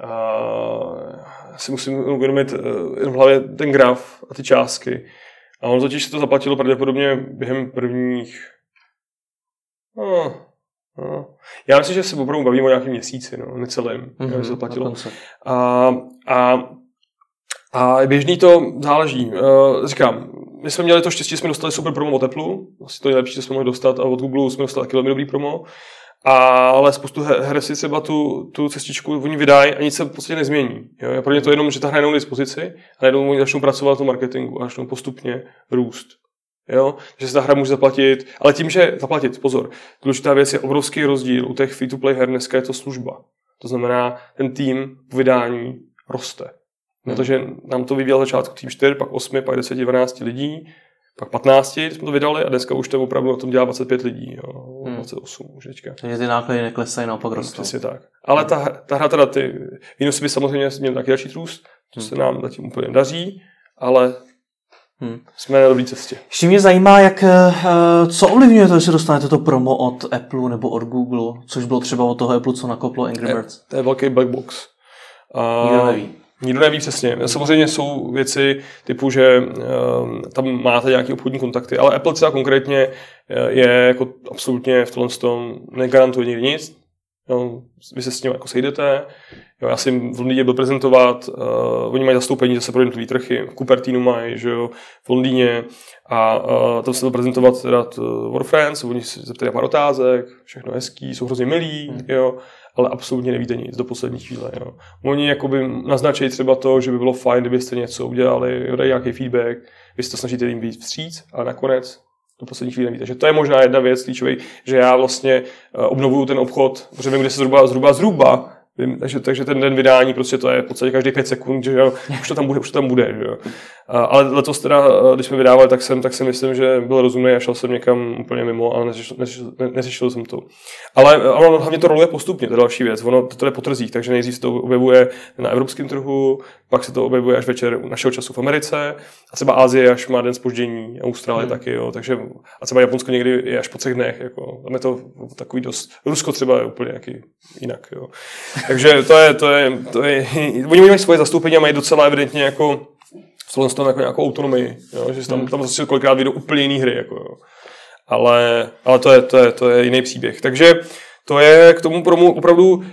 Si musím uvědomit v hlavě ten graf a ty částky. A on totiž se to zaplatilo pravděpodobně během prvních... Já myslím, že se opravdu bavíme o nějakém měsíci, necelým. Se zaplatilo. A běžný to záleží. Říkám, my jsme měli to štěstí, jsme dostali super promo od Apple. Asi to nejlepší, co jsme mohli dostat. A od Google jsme dostali taky velmi dobrý promo. Ale spoustu her si třeba tu cestičku oni vydají a nic se v podstatě nezmění. Jo? Pro ně to jenom, že ta hra je jenom k dispozici a najednou oni začnou pracovat na tom marketingu a začnou postupně růst. Jo? Takže se ta hra může zaplatit, ale tím, že zaplatit, pozor, důležitá věc je obrovský rozdíl u těch free-to-play her, dneska je to služba. To znamená, ten tým v vydání roste. Protože nám to vyvíjel začátku tým 4, pak 8, pak 10, 12 lidí, pak 15 jsme to vydali a dneska už to opravdu o tom dělá 25 lidí, jo, 28 už teďka. Takže ty náklady neklesají, naopak rostou. Přesně tak. Ale ta hra teda, ty výnosy by samozřejmě měly taky další růst, to se nám zatím úplně daří, ale jsme na dobré cestě. Ještě mě zajímá, co ovlivňuje to, že se dostanete to promo od Apple nebo od Google, což bylo třeba od toho Apple, co nakoplo Angry Birds. To je velký black box. Nikdo neví. Nikdo neví přesně. Samozřejmě jsou věci typu, že tam máte nějaké obchodní kontakty, ale Apple třeba konkrétně je jako absolutně v tom negarantuje nikdy nic. Jo, vy se s ním jako sejdete. Jo, já jsem v Londýně byl prezentovat, oni mají zastoupení zase pro jednotlivý trhy, v Cupertinu mají, že jo, v Londýně a tam jsem byl prezentovat teda Warframe, oni se zeptali pár otázek, všechno hezký, jsou hrozně milí, jo, ale absolutní nevíte nic do poslední chvíle. Jo. Oni jakoby naznačí třeba to, že by bylo fajn, kdybyste něco udělali, dají nějaký feedback, vy se to snažíte jim víc vstříc, ale nakonec do poslední chvíle nevíte. Že to je možná jedna věc klíčový, že já vlastně obnovuju ten obchod, protože vím, kde se zhruba vím, takže ten den vydání, prostě to je v podstatě každých 5 sekund, že jo, už to tam bude, že jo. Ale letos teda, když jsme vydávali, tak si myslím, že byl rozumný a šel jsem někam úplně mimo a neřešil jsem to. Ale hlavně to roluje postupně, to je další věc. Ono to je po trzích, takže nejdřív se to objevuje na evropském trhu, pak se to objevuje až večer našeho času v Americe a třeba Asie až má den zpoždění, Austrálie taky, jo. Takže a třeba Japonsko někdy je až po 3 dnech, jako. Tam je to takový dost. Rusko třeba je úplně nějaký jinak, jo. Takže to je oni mají svoje zastoupení a mají docela evidentně jako tam jako nějakou autonomii, jo? Že tam zase kolikrát vyjdou úplně jiný hry, jako, jo. Ale to je jiný příběh. Takže to je k tomu opravdu,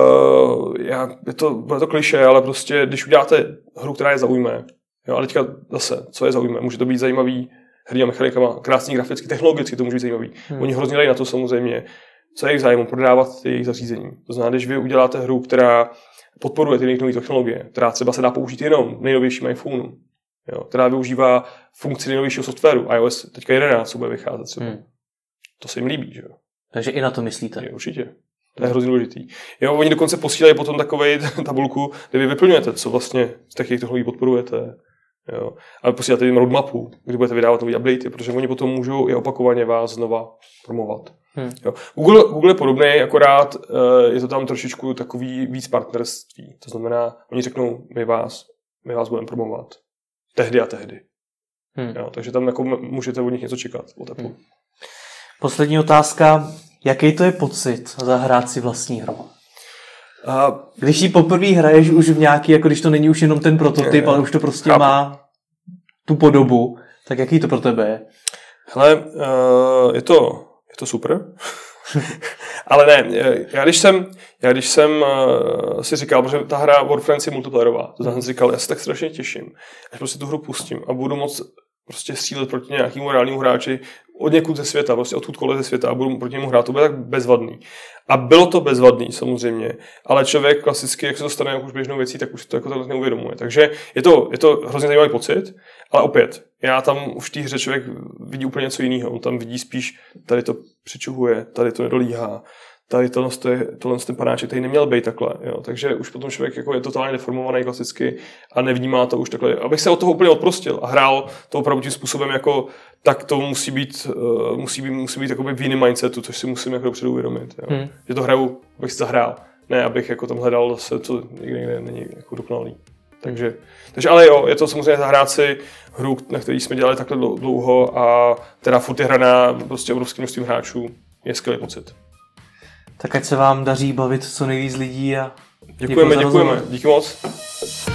bude to klišé, ale prostě, když uděláte hru, která je zaujme, jo, a teďka zase, co je zaujme, může to být zajímavý herníma mechanikama, krásný graficky, technologicky to může být zajímavý. Oni hrozně dají na to samozřejmě, co je jejich zájem, prodávat jejich zařízení. To znamená, když vy uděláte hru, která podporuje ty nové technologie, která třeba se dá použít jenom v nejnovějším iPhoneu, jo, která využívá funkci nejnovějšího softwaru, iOS teďka 11, co bude vycházet třeba. To se jim líbí, že jo. Takže i na to myslíte. Je, určitě. To je hrozně důležitý. Jo, oni dokonce posílají potom takovej tabulku, kde vy vyplňujete, co vlastně z těch technologií podporujete. Jo. Ale posíláte jim roadmapu, kdy budete vydávat nový updaty, protože oni potom můžou i opakovaně vás znova promovat. Jo. Google je podobný, akorát je to tam trošičku takový víc partnerství. To znamená, oni řeknou, my vás budeme promovat. Tehdy a tehdy. Jo, takže tam jako můžete od nich něco čekat od Apple. Poslední otázka. Jaký to je pocit zahrát si vlastní hru? Když ji poprvé hraješ už v nějaký, jako když to není už jenom ten prototyp, ale už to prostě má tu podobu, tak jaký to pro tebe je? Hele, je to super. Ale ne, já když jsem si říkal, protože ta hra Warframe je multiplayerová, to znamená, jsem si říkal, já se tak strašně těším, až prostě tu hru pustím a budu moc prostě střílet proti nějakému reálnému hráči od někud ze světa, prostě odkudkoliv ze světa a budu proti němu hrát, to bude tak bezvadný. A bylo to bezvadný samozřejmě, ale člověk klasicky, jak se to stane jako už běžnou věcí, tak už to jako to neuvědomuje. Takže je to hrozně zajímavý pocit, ale opět, já tam už v té hře člověk vidí úplně něco jiného. On tam vidí spíš, tady to přečuhuje, tady to nedolíhá, tady tohle ten panáček tady neměl být takhle. Jo. Takže už potom člověk jako je totálně deformovaný klasicky a nevnímá to už takhle. Abych se od toho úplně odprostil a hrál to opravdu tím způsobem, jako, tak to musí být v jiném mindsetu, což si musím jako dopředu uvědomit. Jo. Že to hraju, abych si zahrál, ne abych jako tam hledal zase, co někde není jako dokonalý. Takže ale jo, je to samozřejmě zahrát si hru, na který jsme dělali takhle dlouho a teda furt je hraná prostě obrovským množstvím hráčů, je skvělý pocit. Tak ať se vám daří bavit co nejvíc lidí a děkujeme, díky moc.